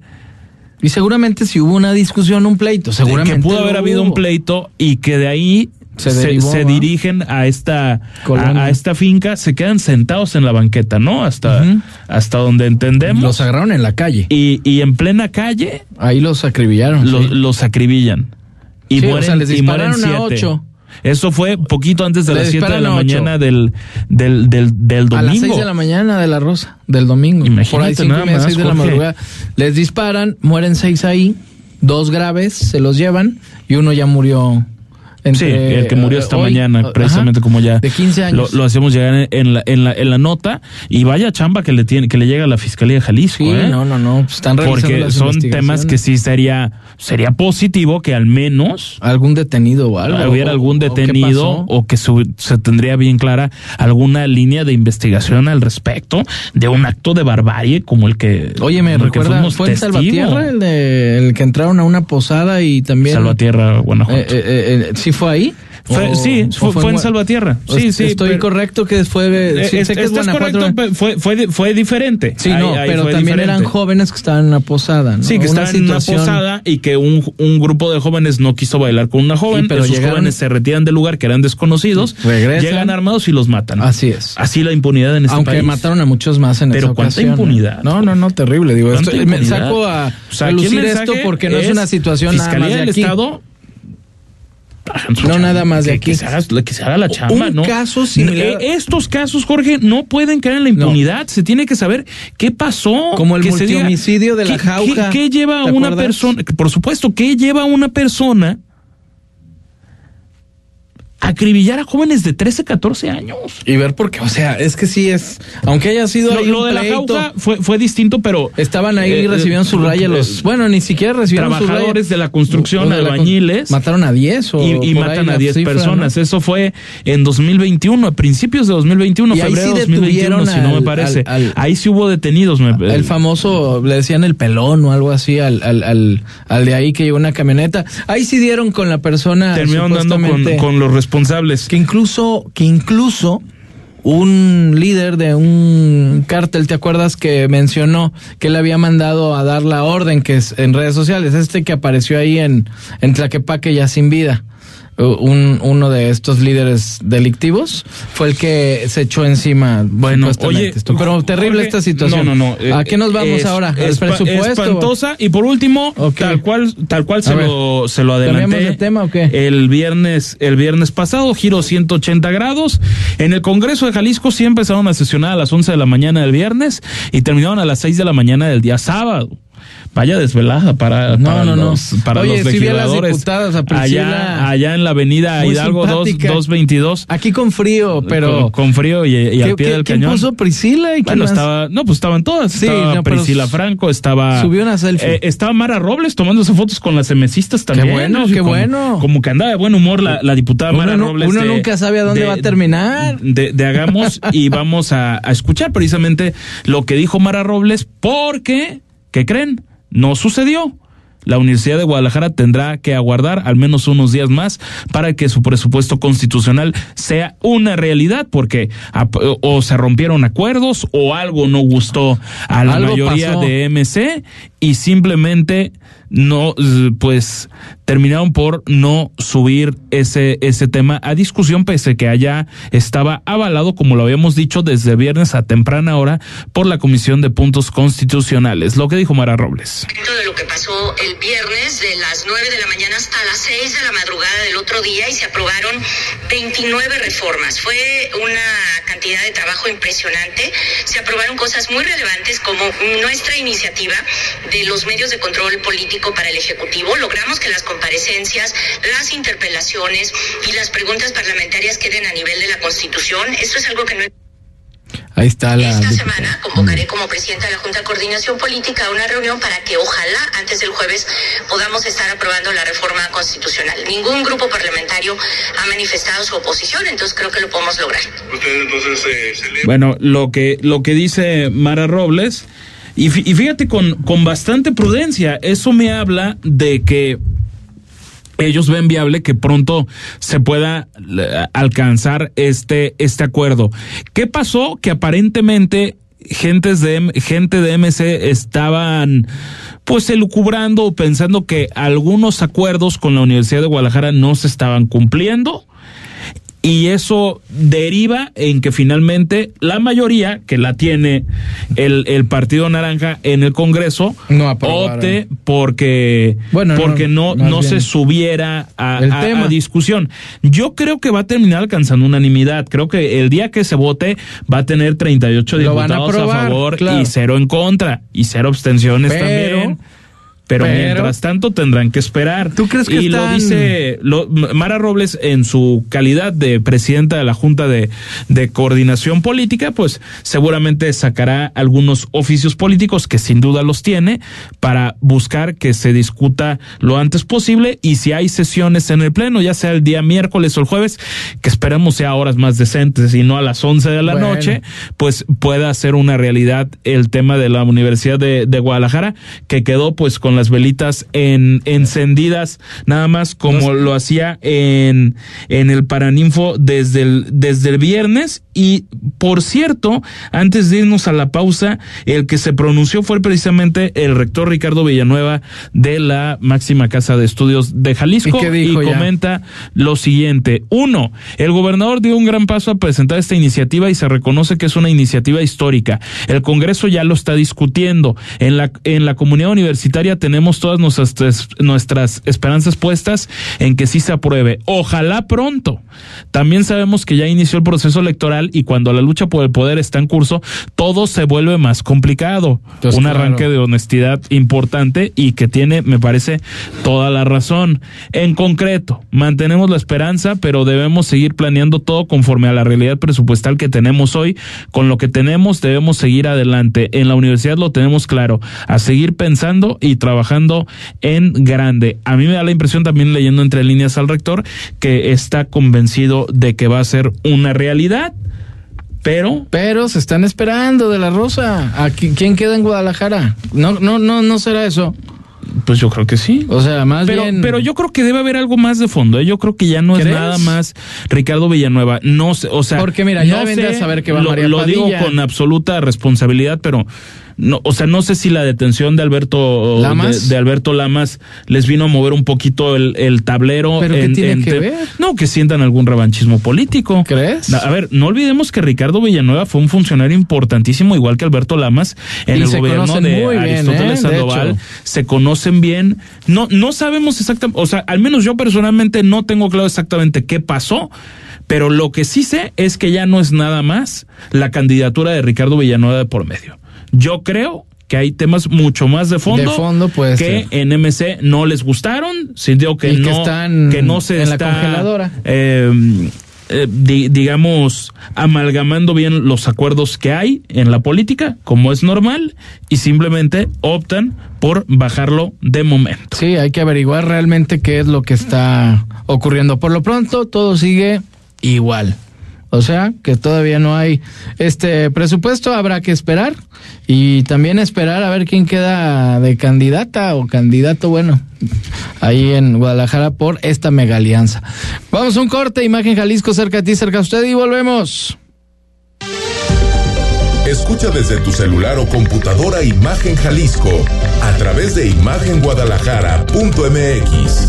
Y seguramente si hubo una discusión, un pleito, seguramente Que pudo haber lo habido hubo. un pleito y que de ahí Se se, derivó, se ¿va? dirigen a esta Colonia. a, a esta finca, se quedan sentados en la banqueta, ¿no? Hasta, Ujú. hasta donde entendemos. Los agarraron en la calle. Y, y en plena calle Ahí los acribillaron. los, sí. los acribillan. Y Sí, o mueren, sea, les y mueren dispararon a siete. ocho. Eso fue poquito antes de Le las siete de disparan la a ocho. mañana del, del, del, del domingo. A las seis de la mañana de la Rosa, del domingo. Imagínate Por ahí cinco nada y media, más, seis de la Jorge. madrugada. Les disparan, mueren seis ahí, dos graves, se los llevan y uno ya murió. Entre, Sí, el que murió esta hoy, mañana, ajá, precisamente como ya de quince años. Lo, lo hacemos llegar en la, en la, en la nota, y vaya chamba que le tiene, que le llega a la Fiscalía de Jalisco, Sí, ¿eh? no, no, no, pues están realizando Porque las son investigaciones. temas que sí sería, sería positivo que al menos algún detenido o algo. hubiera o- algún o qué detenido pasó. o que su- se tendría bien clara alguna línea de investigación al respecto de un acto de barbarie como el que Oye, me como el que recuerda, fuimos ¿fue en testigo. Salvatierra el, de, el que entraron a una posada y también... Salvatierra, Guanajuato. Eh, eh, eh, ¿Sí fue ahí? Fue- O- sí, o fue, fue en Gua- Salvatierra. o Sí, est- sí. Estoy pero- correcto que fue... Eh, sí, es- sé que es estás Guanajuato. correcto, pero fue, fue, fue diferente. Sí, Ahí- no, ahí pero fue también diferente. eran jóvenes que estaban en una posada, ¿no? Sí, que Una estaban en una situación- posada y que un, un grupo de jóvenes no quiso bailar con una joven, Sí, pero esos llegaron- jóvenes se retiran del lugar, que eran desconocidos, Regresan. llegan armados y los matan. Así es. Así la impunidad en este Aunque país. mataron a muchos más en Pero esa ¿cuánta ocasión, ¿no? impunidad? No, no, no, terrible. Digo, ¿Cuánta esto, me impunidad? saco a O sea, aquí el relucir esto mensaje porque no es, es una situación nada Fiscalía más de del aquí. Estado, hagan su No chamba, nada más de que- aquí. Que se, haga, que se haga la chamba, Un ¿no? caso similar- Eh, Estos casos, Jorge, no pueden caer en la impunidad. Se tiene que saber qué pasó. Como el que se diga, multihomicidio de la ¿qué- Jauja. ¿Qué, qué lleva a ¿Te una acuerdas? persona? Por supuesto, ¿qué lleva a una persona a acribillar a jóvenes de trece, catorce años? Y ver por qué, o sea, es que sí es, aunque haya sido Lo, ahí lo un de la pleito, Jauja fue, fue distinto, pero estaban ahí y eh, recibieron su raya eh, los, bueno, ni siquiera recibieron su raya. trabajadores de la construcción, O de la con- albañiles. Mataron a diez o y, y por ahí matan a la diez cifra, personas. ¿no? Eso fue en dos mil veintiuno, a principios de dos mil veintiuno, Y ahí febrero sí de dos mil veintiuno, detuvieron si no me al- parece. al- al- ahí sí hubo detenidos. Me, El famoso, le decían el pelón o algo así al, al, al, al de ahí que llegó una camioneta. Ahí sí dieron con la persona. terminaron dando con, supuestamente, con los responsables. Que incluso, que incluso un líder de un cártel, ¿te acuerdas que mencionó que le había mandado a dar la orden que es en redes sociales? Este que apareció ahí en, en Tlaquepaque ya sin vida. un uno de estos líderes delictivos fue el que se echó encima. Bueno, oye, esto. Pero terrible Jorge, esta situación. No, no, no. ¿A qué nos vamos es, ahora? ¿Al es, presupuesto? Espantosa. Y por último, okay. tal cual, tal cual se lo, se lo adelanté. ¿Cambiamos de tema o qué? El viernes, el viernes pasado, giro ciento ochenta grados. En el Congreso de Jalisco sí empezaron a sesionar a las once de la mañana del viernes y terminaron a las seis de la mañana del día sábado. Vaya desvelada para, no, para no, los, no. para Oye, los legisladores. Si a allá, allá en la avenida Hidalgo dos veintidós. Aquí con frío, pero. Con, con frío y, y al pie ¿qué, del ¿quién cañón. puso Priscila? ¿Y bueno, más? estaba. No, pues estaban todas. Sí, estaba no, Priscila Franco, estaba. Subió una selfie. Eh, estaba Mara Robles tomándose fotos con las emecistas también. Qué bueno, qué como, bueno. Como que andaba de buen humor la, la diputada uno Mara no, Robles. Uno de, nunca sabe a dónde de, va a terminar. De, de Hagamos y vamos a, a escuchar precisamente lo que dijo Mara Robles, porque, ¿qué creen? No sucedió. La Universidad de Guadalajara tendrá que aguardar al menos unos días más para que su presupuesto constitucional sea una realidad, porque o se rompieron acuerdos o algo no gustó a la algo mayoría pasó. de M C y simplemente no, pues terminaron por no subir ese ese tema a discusión, pese a que allá estaba avalado, como lo habíamos dicho, desde viernes a temprana hora por la Comisión de Puntos Constitucionales. Lo que dijo Mara Robles. De lo que pasó el viernes de las nueve de la mañana hasta las seis de la madrugada del otro día, y se aprobaron veintinueve reformas. Fue una cantidad de trabajo impresionante. Se aprobaron cosas muy relevantes como nuestra iniciativa de los medios de control político para el Ejecutivo. Logramos que las comparecencias, las interpelaciones y las preguntas parlamentarias queden a nivel de la Constitución. Esto es algo que no es... Ahí está la... Esta semana convocaré como presidenta de la Junta de Coordinación Política una reunión para que ojalá antes del jueves podamos estar aprobando la reforma constitucional. Ningún grupo parlamentario ha manifestado su oposición, entonces creo que lo podemos lograr. Ustedes entonces eh, se le... Bueno, lo que lo que dice Mara Robles, y, y fíjate con, con bastante prudencia, eso me habla de que ellos ven viable que pronto se pueda alcanzar este este acuerdo. ¿Qué pasó? Que aparentemente gentes de gente de M C estaban pues elucubrando o pensando que algunos acuerdos con la Universidad de Guadalajara no se estaban cumpliendo. Y eso deriva en que finalmente la mayoría, que la tiene el, el Partido Naranja en el Congreso, no opte porque, bueno, porque no, no, no se subiera a, a, a discusión. Yo creo que va a terminar alcanzando unanimidad. Creo que el día que se vote va a tener treinta y ocho diputados a, aprobar, a favor, claro, y cero en contra y cero abstenciones Pero... también. Pero, Pero mientras tanto tendrán que esperar. ¿Tú crees que y están... lo dice lo, Mara Robles en su calidad de presidenta de la Junta de, de Coordinación Política, pues seguramente sacará algunos oficios políticos, que sin duda los tiene, para buscar que se discuta lo antes posible, y si hay sesiones en el Pleno, ya sea el día miércoles o el jueves, que esperemos sea a horas más decentes y no a las once de la bueno. noche, pues pueda ser una realidad el tema de la Universidad de, de Guadalajara, que quedó pues con las velitas en, encendidas, nada más como lo hacía en, en el Paraninfo desde el, desde el viernes. Y por cierto, antes de irnos a la pausa, el que se pronunció fue precisamente el rector Ricardo Villanueva de la máxima casa de estudios de Jalisco, y, y comenta lo siguiente. Uno, el gobernador dio un gran paso a presentar esta iniciativa y se reconoce que es una iniciativa histórica. El Congreso ya lo está discutiendo. En la, en la comunidad universitaria tenemos todas nuestras, nuestras esperanzas puestas en que sí se apruebe. Ojalá pronto. También sabemos que ya inició el proceso electoral, y cuando la lucha por el poder está en curso, todo se vuelve más complicado. Entonces, un arranque claro. de honestidad importante, y que tiene, me parece, toda la razón. En concreto, mantenemos la esperanza, pero debemos seguir planeando todo conforme a la realidad presupuestal que tenemos hoy. Con lo que tenemos debemos seguir adelante. En la universidad lo tenemos claro, a seguir pensando y trabajando en grande. A mí me da la impresión, también leyendo entre líneas al rector, que está convencido de que va a ser una realidad. Pero, pero se están esperando de la Rosa. ¿A quién queda en Guadalajara? No, no, no, no será eso. Pues yo creo que sí. O sea, más pero, bien... Pero yo creo que debe haber algo más de fondo, ¿eh? Yo creo que ya no ¿Crees? es nada más Ricardo Villanueva. No sé, o sea... Porque mira, ya no deben de saber que va lo, María Lo Padilla. digo con absoluta responsabilidad, pero... No, o sea, no sé si la detención de Alberto Lamas, de, de Alberto Lamas les vino a mover un poquito el, el tablero. ¿Pero en, qué tiene en, que ver? No, que sientan algún revanchismo político. ¿Crees? A ver, no olvidemos que Ricardo Villanueva fue un funcionario importantísimo, igual que Alberto Lamas, en y el gobierno de Aristóteles bien, ¿eh? Sandoval. Se conocen bien. No, no sabemos exactamente, o sea, al menos yo personalmente no tengo claro exactamente qué pasó. Pero lo que sí sé es que ya no es nada más la candidatura de Ricardo Villanueva de por medio. Yo creo que hay temas mucho más de fondo, de fondo puede que ser. en M C no les gustaron, sintió que y no que, están que no se en está la congeladora. Eh, eh, di, digamos amalgamando bien los acuerdos que hay en la política, como es normal, y simplemente optan por bajarlo de momento. Sí, hay que averiguar realmente qué es lo que está ocurriendo. Por lo pronto, todo sigue igual. O sea, que todavía no hay este presupuesto, habrá que esperar y también esperar a ver quién queda de candidata o candidato, bueno, ahí en Guadalajara por esta mega alianza. Vamos a un corte, Imagen Jalisco, cerca de ti, cerca de usted, y volvemos. Escucha desde tu celular o computadora Imagen Jalisco a través de imagen guadalajara punto m x.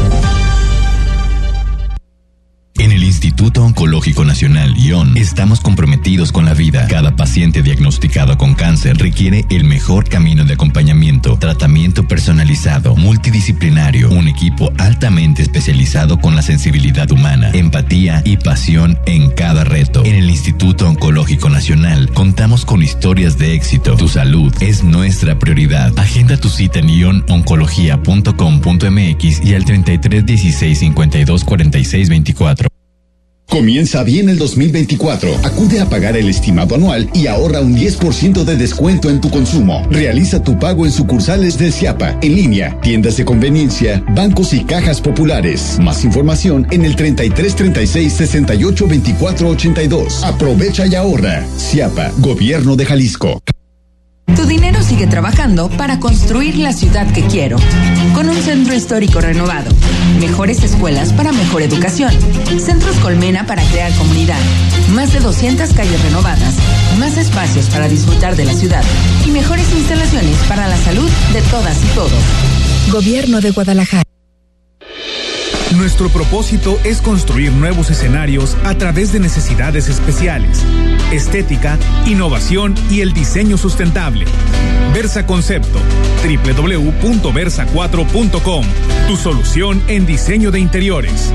En el Instituto Oncológico Nacional I O N estamos comprometidos con la vida. Cada paciente diagnosticado con cáncer requiere el mejor camino de acompañamiento, tratamiento personalizado, multidisciplinario, un equipo altamente especializado con la sensibilidad humana, empatía y pasión en cada reto. En el Instituto Oncológico Nacional contamos con historias de éxito. Tu salud es nuestra prioridad. Agenda tu cita en ion oncología punto com punto m x y al treinta y tres dieciséis cincuenta y dos cuarenta y seis veinticuatro. Comienza bien el dos mil veinticuatro. Acude a pagar el estimado anual y ahorra un diez por ciento de descuento en tu consumo. Realiza tu pago en sucursales del CIAPA, en línea, tiendas de conveniencia, bancos y cajas populares. Más información en el treinta y tres treinta y seis sesenta y ocho veinticuatro ochenta y dos. Aprovecha y ahorra. CIAPA, Gobierno de Jalisco. Tu dinero sigue trabajando para construir la ciudad que quiero. Con un centro histórico renovado, mejores escuelas para mejor educación, Centros Colmena para crear comunidad, más de doscientas calles renovadas, más espacios para disfrutar de la ciudad y mejores instalaciones para la salud de todas y todos. Gobierno de Guadalajara. Nuestro propósito es construir nuevos escenarios a través de necesidades especiales, estética, innovación y el diseño sustentable. Versa Concepto, doble u doble u doble u punto versa cuatro punto com, tu solución en diseño de interiores.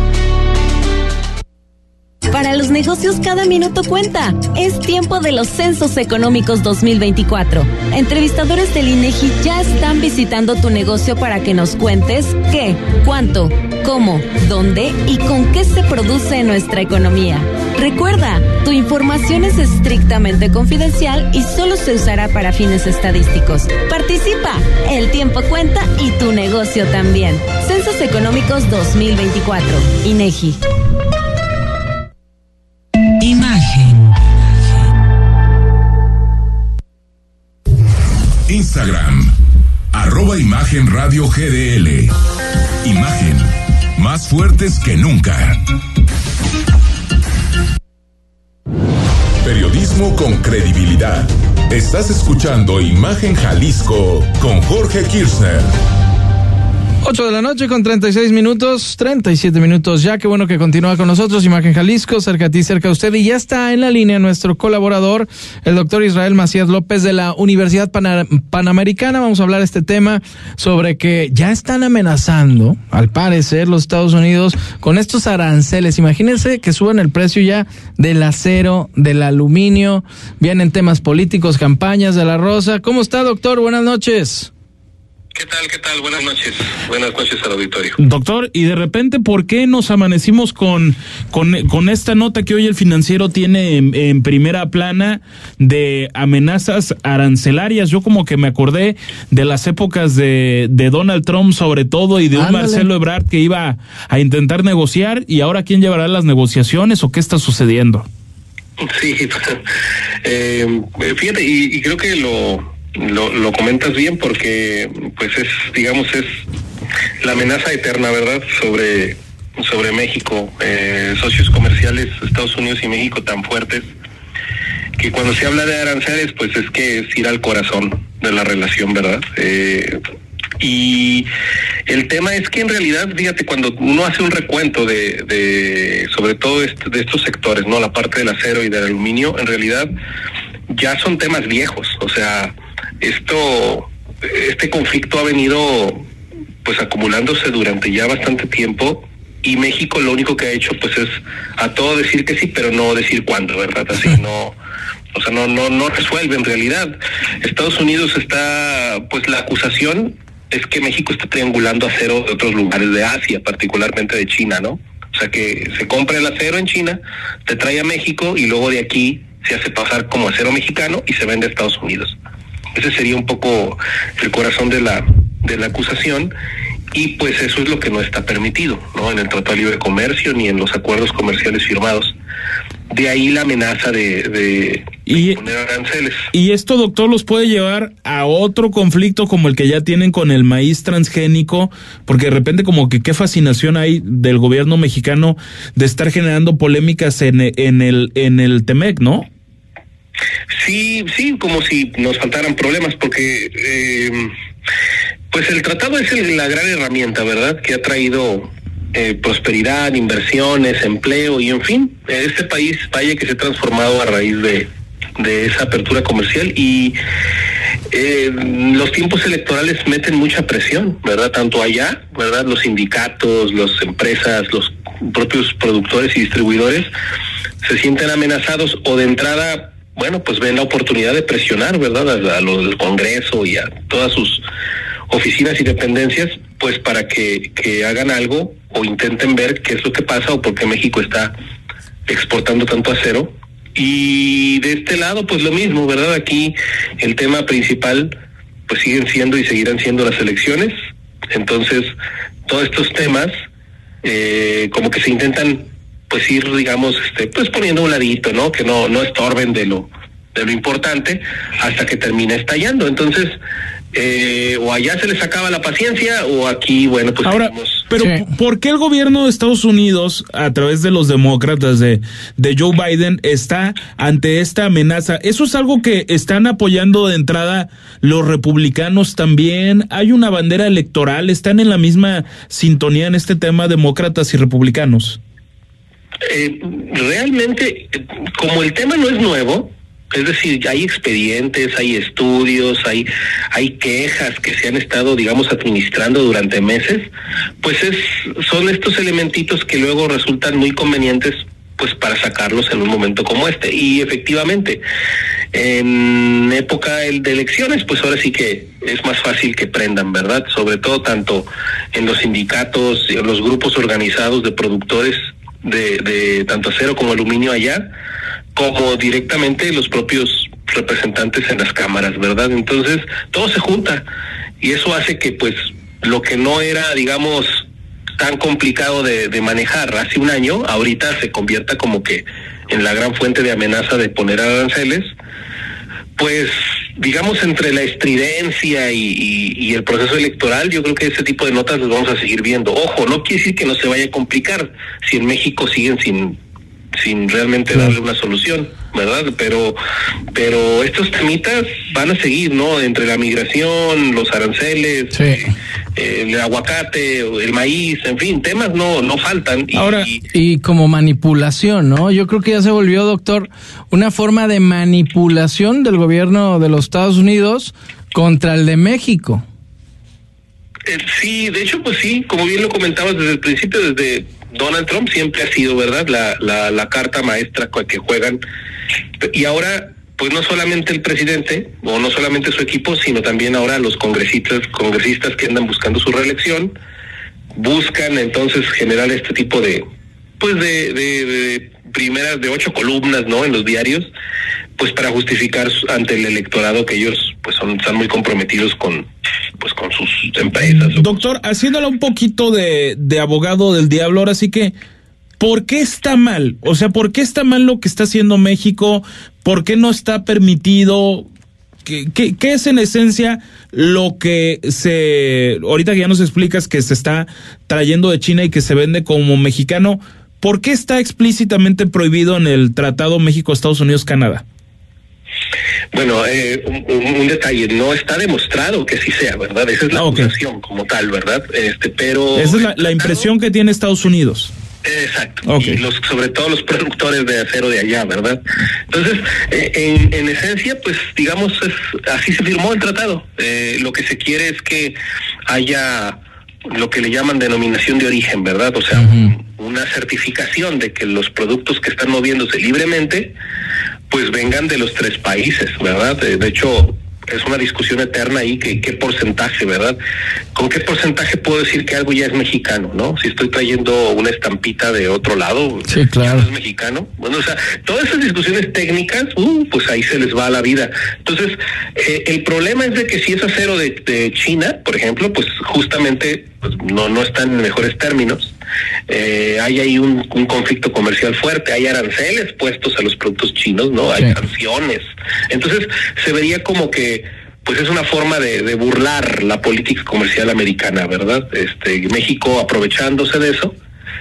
Para los negocios cada minuto cuenta. Es tiempo de los Censos Económicos dos mil veinticuatro. Entrevistadores del INEGI ya están visitando tu negocio para que nos cuentes qué, cuánto, cómo, dónde y con qué se produce nuestra economía. Recuerda, tu información es estrictamente confidencial y solo se usará para fines estadísticos. Participa, el tiempo cuenta y tu negocio también. Censos Económicos dos mil veinticuatro, INEGI. Imagen. Instagram, arroba Imagen Radio G D L. Imagen, más fuertes que nunca. Periodismo con credibilidad. Estás escuchando Imagen Jalisco con Jorge Kirchner. ocho de la noche con treinta y seis minutos, treinta y siete minutos ya. Qué bueno que continúa con nosotros Imagen Jalisco, cerca a ti, cerca a usted. Y ya está en la línea nuestro colaborador, el doctor Israel Macías López de la Universidad Pana- Panamericana. Vamos a hablar de este tema sobre que ya están amenazando, al parecer, los Estados Unidos con estos aranceles. Imagínense que suban el precio ya del acero, del aluminio. Vienen temas políticos, campañas de la Rosa. ¿Cómo está, doctor? Buenas noches. ¿Qué tal? ¿Qué tal? Buenas noches. Buenas noches al auditorio. Doctor, y de repente, ¿por qué nos amanecimos con, con, con esta nota que hoy el Financiero tiene en, en primera plana de amenazas arancelarias? Yo como que me acordé de las épocas de, de Donald Trump sobre todo y de un Ándale. Marcelo Ebrard que iba a intentar negociar, y ahora ¿quién llevará las negociaciones o qué está sucediendo? Sí, eh, fíjate, y, y creo que lo... Lo, lo comentas bien porque pues es, digamos, es la amenaza eterna, ¿verdad?, sobre, sobre México, eh, socios comerciales Estados Unidos y México tan fuertes, que cuando se habla de aranceles, pues es que es ir al corazón de la relación, ¿verdad? Eh, y el tema es que en realidad, fíjate, cuando uno hace un recuento de, de sobre todo este, de estos sectores, ¿no?, la parte del acero y del aluminio, en realidad ya son temas viejos. O sea, esto, este conflicto ha venido pues acumulándose durante ya bastante tiempo, y México lo único que ha hecho pues es a todo decir que sí, pero no decir cuándo, ¿verdad? Así no, o sea, no, no, no resuelve en realidad. Estados Unidos está, pues la acusación es que México está triangulando acero de otros lugares de Asia, particularmente de China, ¿no? O sea, que se compra el acero en China, te trae a México y luego de aquí se hace pasar como acero mexicano y se vende a Estados Unidos. Ese sería un poco el corazón de la de la acusación, y pues eso es lo que no está permitido, ¿no?, en el Tratado de Libre Comercio ni en los acuerdos comerciales firmados. De ahí la amenaza de, de y, poner aranceles. Y esto, doctor, los puede llevar a otro conflicto como el que ya tienen con el maíz transgénico, porque de repente como que qué fascinación hay del gobierno mexicano de estar generando polémicas en, en el en el Temec, ¿no? Sí, sí, como si nos faltaran problemas, porque eh, pues el tratado es el, la gran herramienta, ¿verdad?, que ha traído eh, prosperidad, inversiones, empleo y en fin, este país, vaya que se ha transformado a raíz de, de esa apertura comercial, y eh, los tiempos electorales meten mucha presión, ¿verdad?, tanto allá, ¿verdad?, los sindicatos, las empresas, los propios productores y distribuidores se sienten amenazados, o de entrada, bueno, pues ven la oportunidad de presionar, ¿verdad?, a, a los del Congreso y a todas sus oficinas y dependencias, pues para que, que hagan algo o intenten ver qué es lo que pasa o por qué México está exportando tanto acero. Y de este lado, pues lo mismo, ¿verdad? Aquí el tema principal, pues siguen siendo y seguirán siendo las elecciones. Entonces, todos estos temas, eh, como que se intentan pues ir, digamos, este, pues poniendo a un ladito, ¿no? Que no, no estorben de lo, de lo importante hasta que termina estallando. Entonces, eh, o allá se les acaba la paciencia, o aquí, bueno, pues ahora, tenemos... pero sí. ¿por qué el gobierno de Estados Unidos, a través de los demócratas de, de Joe Biden, está ante esta amenaza? ¿Eso es algo que están apoyando de entrada los republicanos también? ¿Hay una bandera electoral? ¿Están en la misma sintonía en este tema demócratas y republicanos? Eh, realmente, como el tema no es nuevo, es decir, hay expedientes, hay estudios, hay hay quejas que se han estado, digamos, administrando durante meses, pues es son estos elementitos que luego resultan muy convenientes, pues para sacarlos en un momento como este. Y efectivamente, en época de elecciones, pues ahora sí que es más fácil que prendan, ¿verdad? Sobre todo tanto en los sindicatos, en los grupos organizados de productores de, de tanto acero como aluminio allá, como directamente los propios representantes en las cámaras, ¿verdad? Entonces, todo se junta, y eso hace que, pues, lo que no era, digamos, tan complicado de, de manejar hace un año, ahorita se convierta como que en la gran fuente de amenaza de poner aranceles. Pues, digamos, entre la estridencia y, y, y el proceso electoral, yo creo que ese tipo de notas las vamos a seguir viendo. Ojo, no quiere decir que no se vaya a complicar si en México siguen sin sin realmente darle una solución, ¿verdad? Pero pero estos temitas van a seguir, ¿no? Entre la migración, los aranceles, sí. eh, el aguacate, el maíz, en fin, temas no no faltan. Y, Ahora, y como manipulación, ¿no? Yo creo que ya se volvió, doctor, una forma de manipulación del gobierno de los Estados Unidos contra el de México. Eh, sí, de hecho, pues sí, como bien lo comentabas desde el principio, desde Donald Trump siempre ha sido, ¿verdad?, la, la, la carta maestra que juegan. Y ahora, pues no solamente el presidente, o no solamente su equipo, sino también ahora los congresistas, congresistas que andan buscando su reelección, buscan entonces generar este tipo de, pues de, de, de primeras, de ocho columnas, ¿no?, en los diarios, pues para justificar ante el electorado que ellos, pues son, están muy comprometidos con, pues con sus empresas. Doctor, haciéndola un poquito de, de abogado del diablo, ahora sí que, ¿por qué está mal? O sea, ¿por qué está mal lo que está haciendo México? ¿Por qué no está permitido ¿qué, qué, qué es en esencia lo que se, ahorita que ya nos explicas que se está trayendo de China y que se vende como mexicano, ¿por qué está explícitamente prohibido en el Tratado México-Estados Unidos-Canadá? Bueno, eh, un, un detalle, no está demostrado que sí sea, ¿verdad? Esa es la ah, okay. acusación como tal, ¿verdad? Este, pero esa es la, la impresión que tiene Estados Unidos. Exacto, okay. Y los, sobre todo los productores de acero de allá, ¿verdad? Entonces, eh, en, en esencia, pues digamos, es, así se firmó el tratado. Eh, lo que se quiere es que haya lo que le llaman denominación de origen, ¿verdad? O sea, uh-huh. una certificación de que los productos que están moviéndose libremente pues vengan de los tres países, ¿verdad? De, de hecho, es una discusión eterna ahí, que qué porcentaje, ¿verdad? ¿Con qué porcentaje puedo decir que algo ya es mexicano, no? Si estoy trayendo una estampita de otro lado, sí, claro. ¿ya no es mexicano? Bueno, o sea, todas esas discusiones técnicas, uh, pues ahí se les va la vida. Entonces, eh, el problema es de que si es acero de, de China, por ejemplo, pues justamente pues no, no está en mejores términos. Eh, hay ahí un, un conflicto comercial fuerte, hay aranceles puestos a los productos chinos, ¿no? Hay sí. sanciones. Entonces, se vería como que pues es una forma de, de burlar la política comercial americana, ¿verdad? Este, México aprovechándose de eso,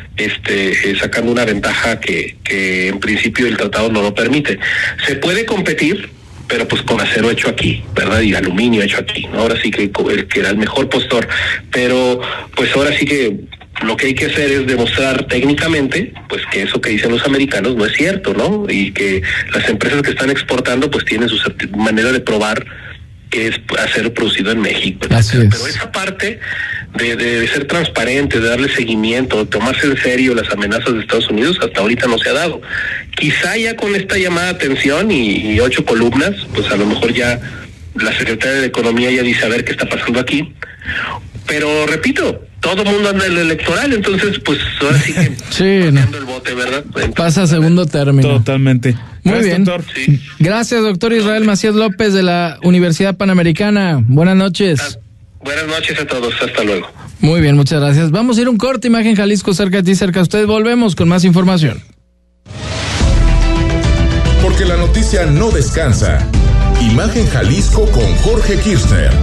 este, eh, sacando una ventaja que, que en principio el tratado no lo permite. Se puede competir, pero pues con acero hecho aquí, ¿verdad? Y aluminio hecho aquí, ¿no? Ahora sí que el que era el mejor postor, pero pues ahora sí que lo que hay que hacer es demostrar técnicamente pues que eso que dicen los americanos no es cierto, ¿no? Y que las empresas que están exportando pues tienen su manera de probar que es acero producido en México. Así es. Pero esa parte de, de ser transparente, de darle seguimiento, de tomarse en serio las amenazas de Estados Unidos, hasta ahorita no se ha dado. Quizá ya con esta llamada de atención y, y ocho columnas, pues a lo mejor ya la Secretaría de Economía ya dice a ver qué está pasando aquí. Pero repito, todo el mundo anda en el electoral, entonces pues ahora sí que sí, no. el bote, ¿verdad? Entonces, pasa a segundo término. Totalmente. Muy Gracias, bien. Doctor. Sí. Gracias, doctor Israel Macías López de la Universidad Panamericana. Buenas noches. Ah, buenas noches a todos. Hasta luego. Muy bien, muchas gracias. Vamos a ir a un corte. Imagen Jalisco, cerca de ti, cerca de usted. Volvemos con más información. Porque la noticia no descansa. Imagen Jalisco con Jorge Kirchner.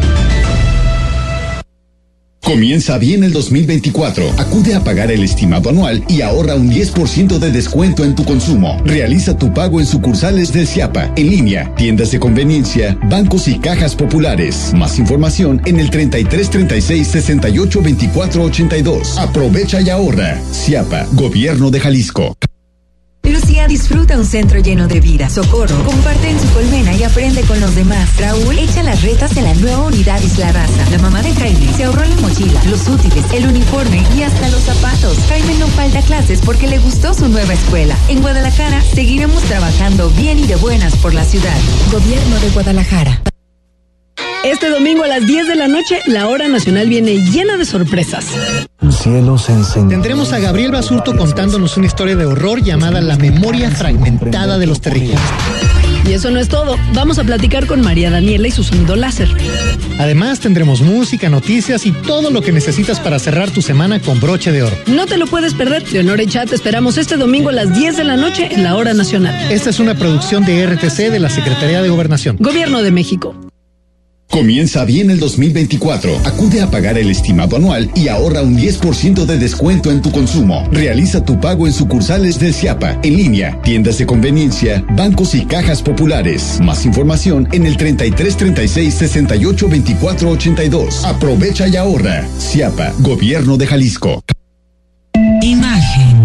Comienza bien el dos mil veinticuatro. Acude a pagar el estimado anual y ahorra un diez por ciento de descuento en tu consumo. Realiza tu pago en sucursales del Ciapa, en línea, tiendas de conveniencia, bancos y cajas populares. Más información en el treinta y tres treinta y seis sesenta y ocho veinticuatro ochenta y dos. Aprovecha y ahorra. Ciapa, Gobierno de Jalisco. Lucía disfruta un centro lleno de vida. Socorro comparte en su colmena y aprende con los demás. Raúl echa las retas en la nueva unidad Isla Raza. La mamá de Jaime se ahorró la mochila, los útiles, el uniforme y hasta los zapatos. Jaime no falta clases porque le gustó su nueva escuela. En Guadalajara seguiremos trabajando bien y de buenas por la ciudad. Gobierno de Guadalajara. Este domingo a las diez de la noche, la hora nacional viene llena de sorpresas. El cielo se encendió. Tendremos a Gabriel Basurto contándonos una historia de horror llamada La memoria fragmentada de los terribles. Y eso no es todo. Vamos a platicar con María Daniela y su sonido láser. Además, tendremos música, noticias y todo lo que necesitas para cerrar tu semana con broche de oro. No te lo puedes perder. Leonor y Chat te esperamos este domingo a las diez de la noche en la hora nacional. Esta es una producción de R T C de la Secretaría de Gobernación. Gobierno de México. Comienza bien el dos mil veinticuatro. Acude a pagar el estimado anual y ahorra un diez por ciento de descuento en tu consumo. Realiza tu pago en sucursales del Ciapa, en línea, tiendas de conveniencia, bancos y cajas populares. Más información en el treinta y tres treinta y seis sesenta y ocho veinticuatro ochenta y dos. Aprovecha y ahorra. Ciapa, Gobierno de Jalisco. Imagen.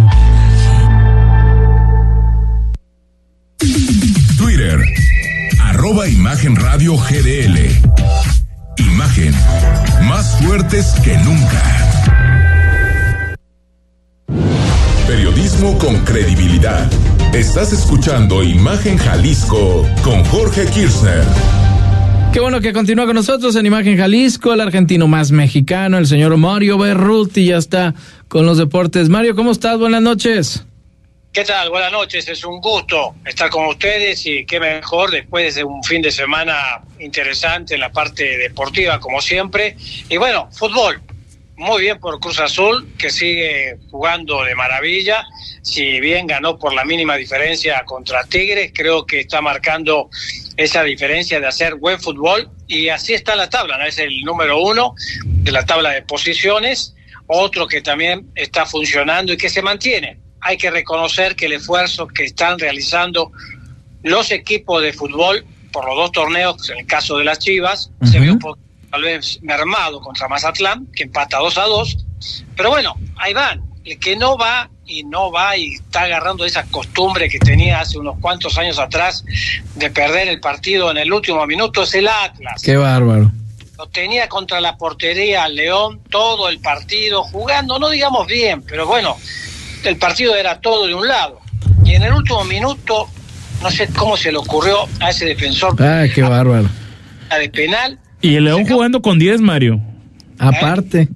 Twitter. Arroba Imagen Radio G D L. Imagen. Más fuertes que nunca. Periodismo con credibilidad. Estás escuchando Imagen Jalisco con Jorge Kirchner. Qué bueno que continúa con nosotros en Imagen Jalisco, el argentino más mexicano, el señor Mario Berruti, ya está con los deportes. Mario, ¿cómo estás? Buenas noches. ¿Qué tal? Buenas noches, es un gusto estar con ustedes y qué mejor después de un fin de semana interesante en la parte deportiva como siempre. Y bueno, fútbol, muy bien por Cruz Azul, que sigue jugando de maravilla. Si bien ganó por la mínima diferencia contra Tigres, creo que está marcando esa diferencia de hacer buen fútbol, y así está la tabla, ¿no? Es el número uno de la tabla de posiciones, otro que también está funcionando y que se mantiene. Hay que reconocer que el esfuerzo que están realizando los equipos de fútbol por los dos torneos, en el caso de las Chivas, uh-huh. se vio un poco tal vez mermado contra Mazatlán, que empata dos a dos, pero bueno, ahí van. El que no va y no va y está agarrando esa costumbre que tenía hace unos cuantos años atrás de perder el partido en el último minuto es el Atlas. Qué bárbaro. Lo tenía contra la portería León todo el partido, jugando, no digamos bien, pero bueno, el partido era todo de un lado. Y en el último minuto, no sé cómo se le ocurrió a ese defensor. Ah, qué bárbaro. A de penal. Y el León jugando con diez, Mario. Aparte. ¿Eh?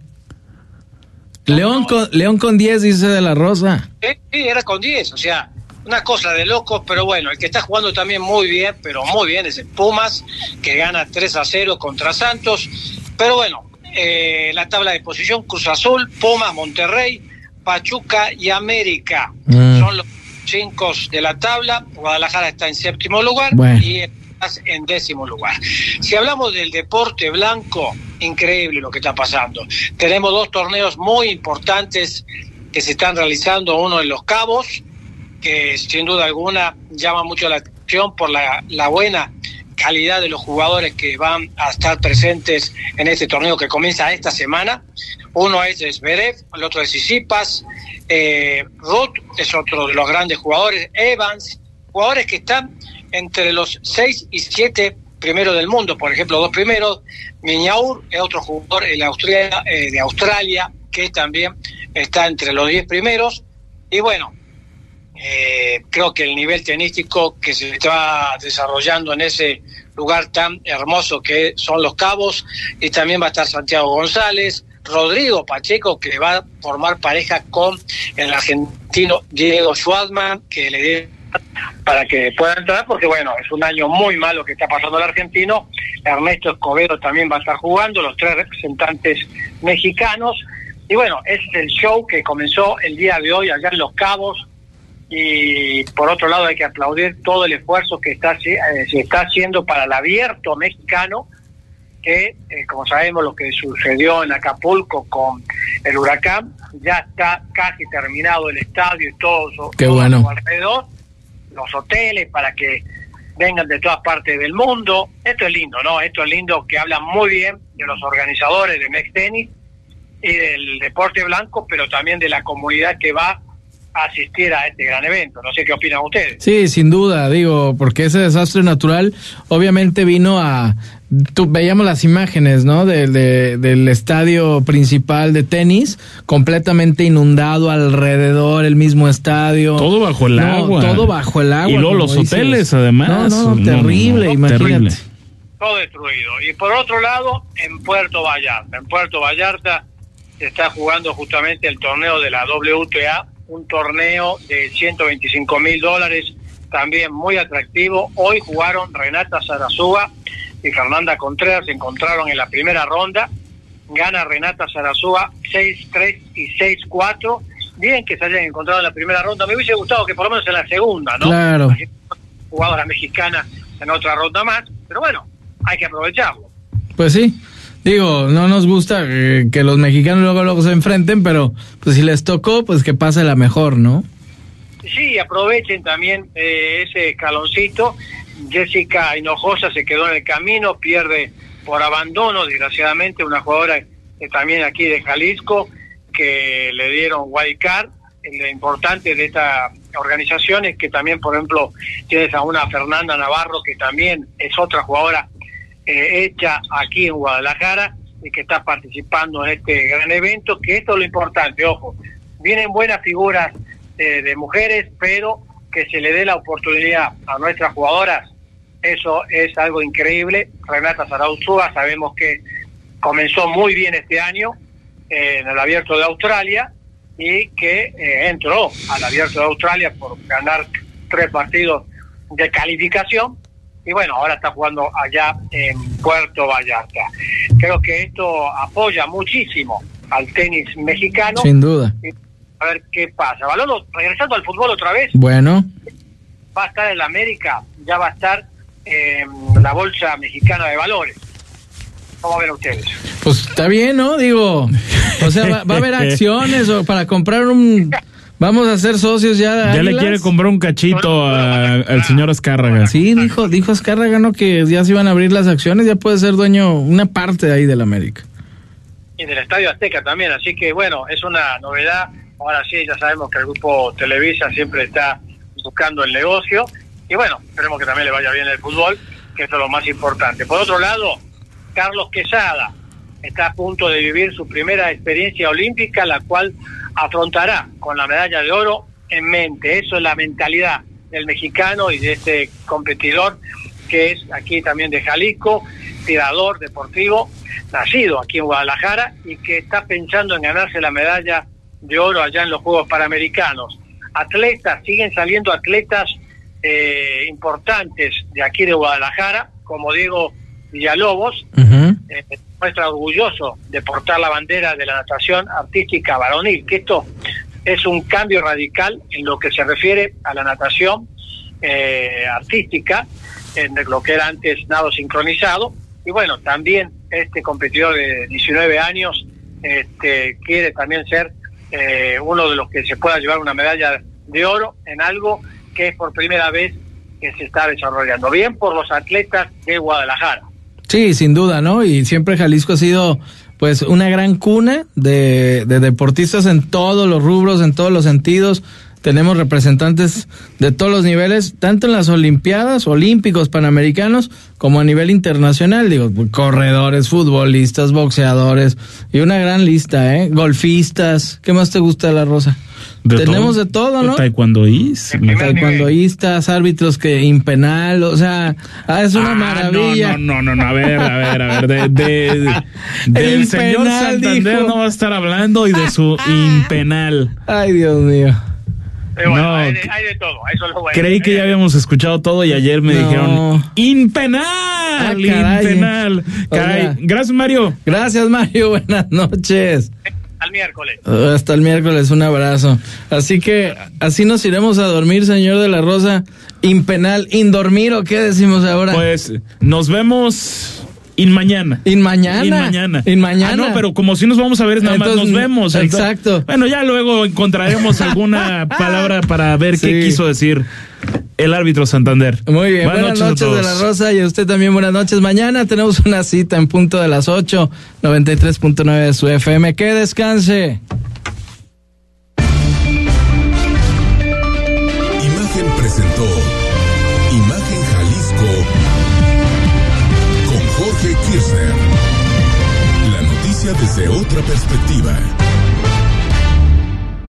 León con León con diez, dice De La Rosa. Sí, sí, era con diez, o sea, una cosa de locos, pero bueno, el que está jugando también muy bien, pero muy bien, es el Pumas, que gana tres a cero contra Santos. Pero bueno, eh, la tabla de posición, Cruz Azul, Pumas, Monterrey, Pachuca y América. Mm. Son los cinco de la tabla. Guadalajara está en séptimo lugar, bueno, y en décimo lugar. Si hablamos del deporte blanco, increíble lo que está pasando. Tenemos dos torneos muy importantes que se están realizando, uno en Los Cabos, que sin duda alguna llama mucho la atención por la, la buena calidad de los jugadores que van a estar presentes en este torneo que comienza esta semana. Uno es Zverev, el otro es Tsitsipas, eh, Ruth es otro de los grandes jugadores, Evans, jugadores que están entre los seis y siete primeros del mundo, por ejemplo, dos primeros. Miñaur es otro jugador el Australia, eh, de Australia, que también está entre los diez primeros. Y bueno, eh, creo que el nivel tenístico que se está desarrollando en ese lugar tan hermoso que son Los Cabos, y también va a estar Santiago González, Rodrigo Pacheco, que va a formar pareja con el argentino Diego Schwartzman, que le dio para que pueda entrar, porque bueno, es un año muy malo que está pasando el argentino. Ernesto Escobedo también va a estar jugando, los tres representantes mexicanos. Y bueno, ese es el show que comenzó el día de hoy allá en Los Cabos. Y por otro lado hay que aplaudir todo el esfuerzo que está eh, se está haciendo para el abierto mexicano, que eh, como sabemos lo que sucedió en Acapulco con el huracán, ya está casi terminado el estadio y todo, Qué todo bueno. alrededor, los hoteles para que vengan de todas partes del mundo. Esto es lindo, ¿no? Esto es lindo, que habla muy bien de los organizadores de Mex Tenis y del deporte blanco, pero también de la comunidad que va a asistir a este gran evento. No sé qué opinan ustedes. Sí, sin duda, digo, porque ese desastre natural obviamente vino a... Tú, veíamos las imágenes, ¿no? De, de, del estadio principal de tenis, completamente inundado alrededor, el mismo estadio. Todo bajo el no, agua. Todo bajo el agua. Y luego los dices. hoteles, además. No, no, terrible, no, no, imagínate. Terrible. Todo destruido. Y por otro lado, en Puerto Vallarta. En Puerto Vallarta se está jugando justamente el torneo de la W T A, un torneo de ciento veinticinco mil dólares, también muy atractivo. Hoy jugaron Renata Zarazúa y Fernanda Contreras, se encontraron en la primera ronda. Gana Renata Zarazúa seis tres y seis cuatro. Bien que se hayan encontrado en la primera ronda. Me hubiese gustado que por lo menos en la segunda, ¿no? Claro. Jugadora mexicana en otra ronda más, pero bueno, hay que aprovecharlo. Pues sí. Digo, no nos gusta eh, que los mexicanos luego luego se enfrenten, pero pues si les tocó, pues que pase la mejor, ¿no? Sí, aprovechen también eh, ese escaloncito. Jessica Hinojosa se quedó en el camino, pierde por abandono, desgraciadamente, una jugadora eh, también aquí de Jalisco, que le dieron wild card. Lo importante de esta organización es que también, por ejemplo, tienes a una Fernanda Navarro, que también es otra jugadora eh, hecha aquí en Guadalajara y que está participando en este gran evento, que esto es lo importante, ojo, vienen buenas figuras eh, de mujeres, pero que se le dé la oportunidad a nuestras jugadoras, eso es algo increíble. Renata Zarazúa, sabemos que comenzó muy bien este año eh, en el Abierto de Australia, y que eh, entró al Abierto de Australia por ganar tres partidos de calificación, y bueno, ahora está jugando allá en Puerto Vallarta. Creo que esto apoya muchísimo al tenis mexicano. Sin duda. Y a ver qué pasa. Balolo, regresando al fútbol otra vez. Bueno. Va a estar en la América, ya va a estar eh, la Bolsa Mexicana de Valores. ¿Cómo ven ustedes? Pues está bien, ¿no? Digo, o sea, va, va a haber acciones o para comprar un... Vamos a ser socios ya. Ya Águilas. Le quiere comprar un cachito a, al señor Azcárraga. Sí, dijo, dijo Azcárraga, ¿no? Que ya se iban a abrir las acciones, ya puede ser dueño una parte de ahí del América. Y del Estadio Azteca también, así que bueno, es una novedad. Ahora sí, ya sabemos que el grupo Televisa siempre está buscando el negocio. Y bueno, esperemos que también le vaya bien el fútbol, que eso es lo más importante. Por otro lado, Carlos Quesada está a punto de vivir su primera experiencia olímpica, la cual afrontará con la medalla de oro en mente. Eso es la mentalidad del mexicano y de este competidor que es aquí también de Jalisco, tirador deportivo, nacido aquí en Guadalajara y que está pensando en ganarse la medalla de oro allá en los Juegos Panamericanos. Atletas, siguen saliendo atletas eh, importantes de aquí de Guadalajara, como Diego Villalobos, uh-huh. eh, muestra orgulloso de portar la bandera de la natación artística varonil, que esto es un cambio radical en lo que se refiere a la natación eh, artística, en lo que era antes nado sincronizado. Y bueno, también este competidor de diecinueve años este, quiere también ser eh, uno de los que se pueda llevar una medalla de oro en algo que es por primera vez que se está desarrollando. Bien por los atletas de Guadalajara. Sí, sin duda, ¿no? Y siempre Jalisco ha sido pues una gran cuna de, de deportistas en todos los rubros, en todos los sentidos. Tenemos representantes de todos los niveles, tanto en las Olimpiadas, Olímpicos, Panamericanos, como a nivel internacional. Digo, corredores, futbolistas, boxeadores, y una gran lista, ¿eh? Golfistas. ¿Qué más te gusta de la Rosa? De Tenemos todo, de todo, ¿no? Taekwondoístas. Taekwondoístas, árbitros que impenal, o sea, ah, es una ah, maravilla. No, no, no, no, a ver, a ver, a ver, de, de, de del impenal, señor Santander dijo. No va a estar hablando y de su impenal. Ay, Dios mío. Pero bueno, no, hay, de, hay de todo, eso es lo bueno. Creí que ya habíamos escuchado todo y ayer me no. dijeron impenal, ah, caray. impenal. Caray. Gracias, Mario. Gracias, Mario. Buenas noches. Al miércoles. Hasta el miércoles, un abrazo. Así que así nos iremos a dormir, señor de la Rosa. Impenal, indormir, ¿o qué decimos ahora? Pues nos vemos in mañana. In mañana. In mañana. In mañana. Ah, no, pero como si nos vamos a ver, nada Entonces, más nos vemos. Exacto. Entonces, bueno, ya luego encontraremos alguna palabra para ver sí. qué quiso decir el árbitro Santander. Muy bien, buenas, buenas noches, noches de la Rosa, y a usted también buenas noches. Mañana tenemos una cita en punto de las ocho, noventa y tres punto nueve de su F M. Que descanse. Imagen presentó Imagen Jalisco con Jorge Kirchner. La noticia desde otra perspectiva.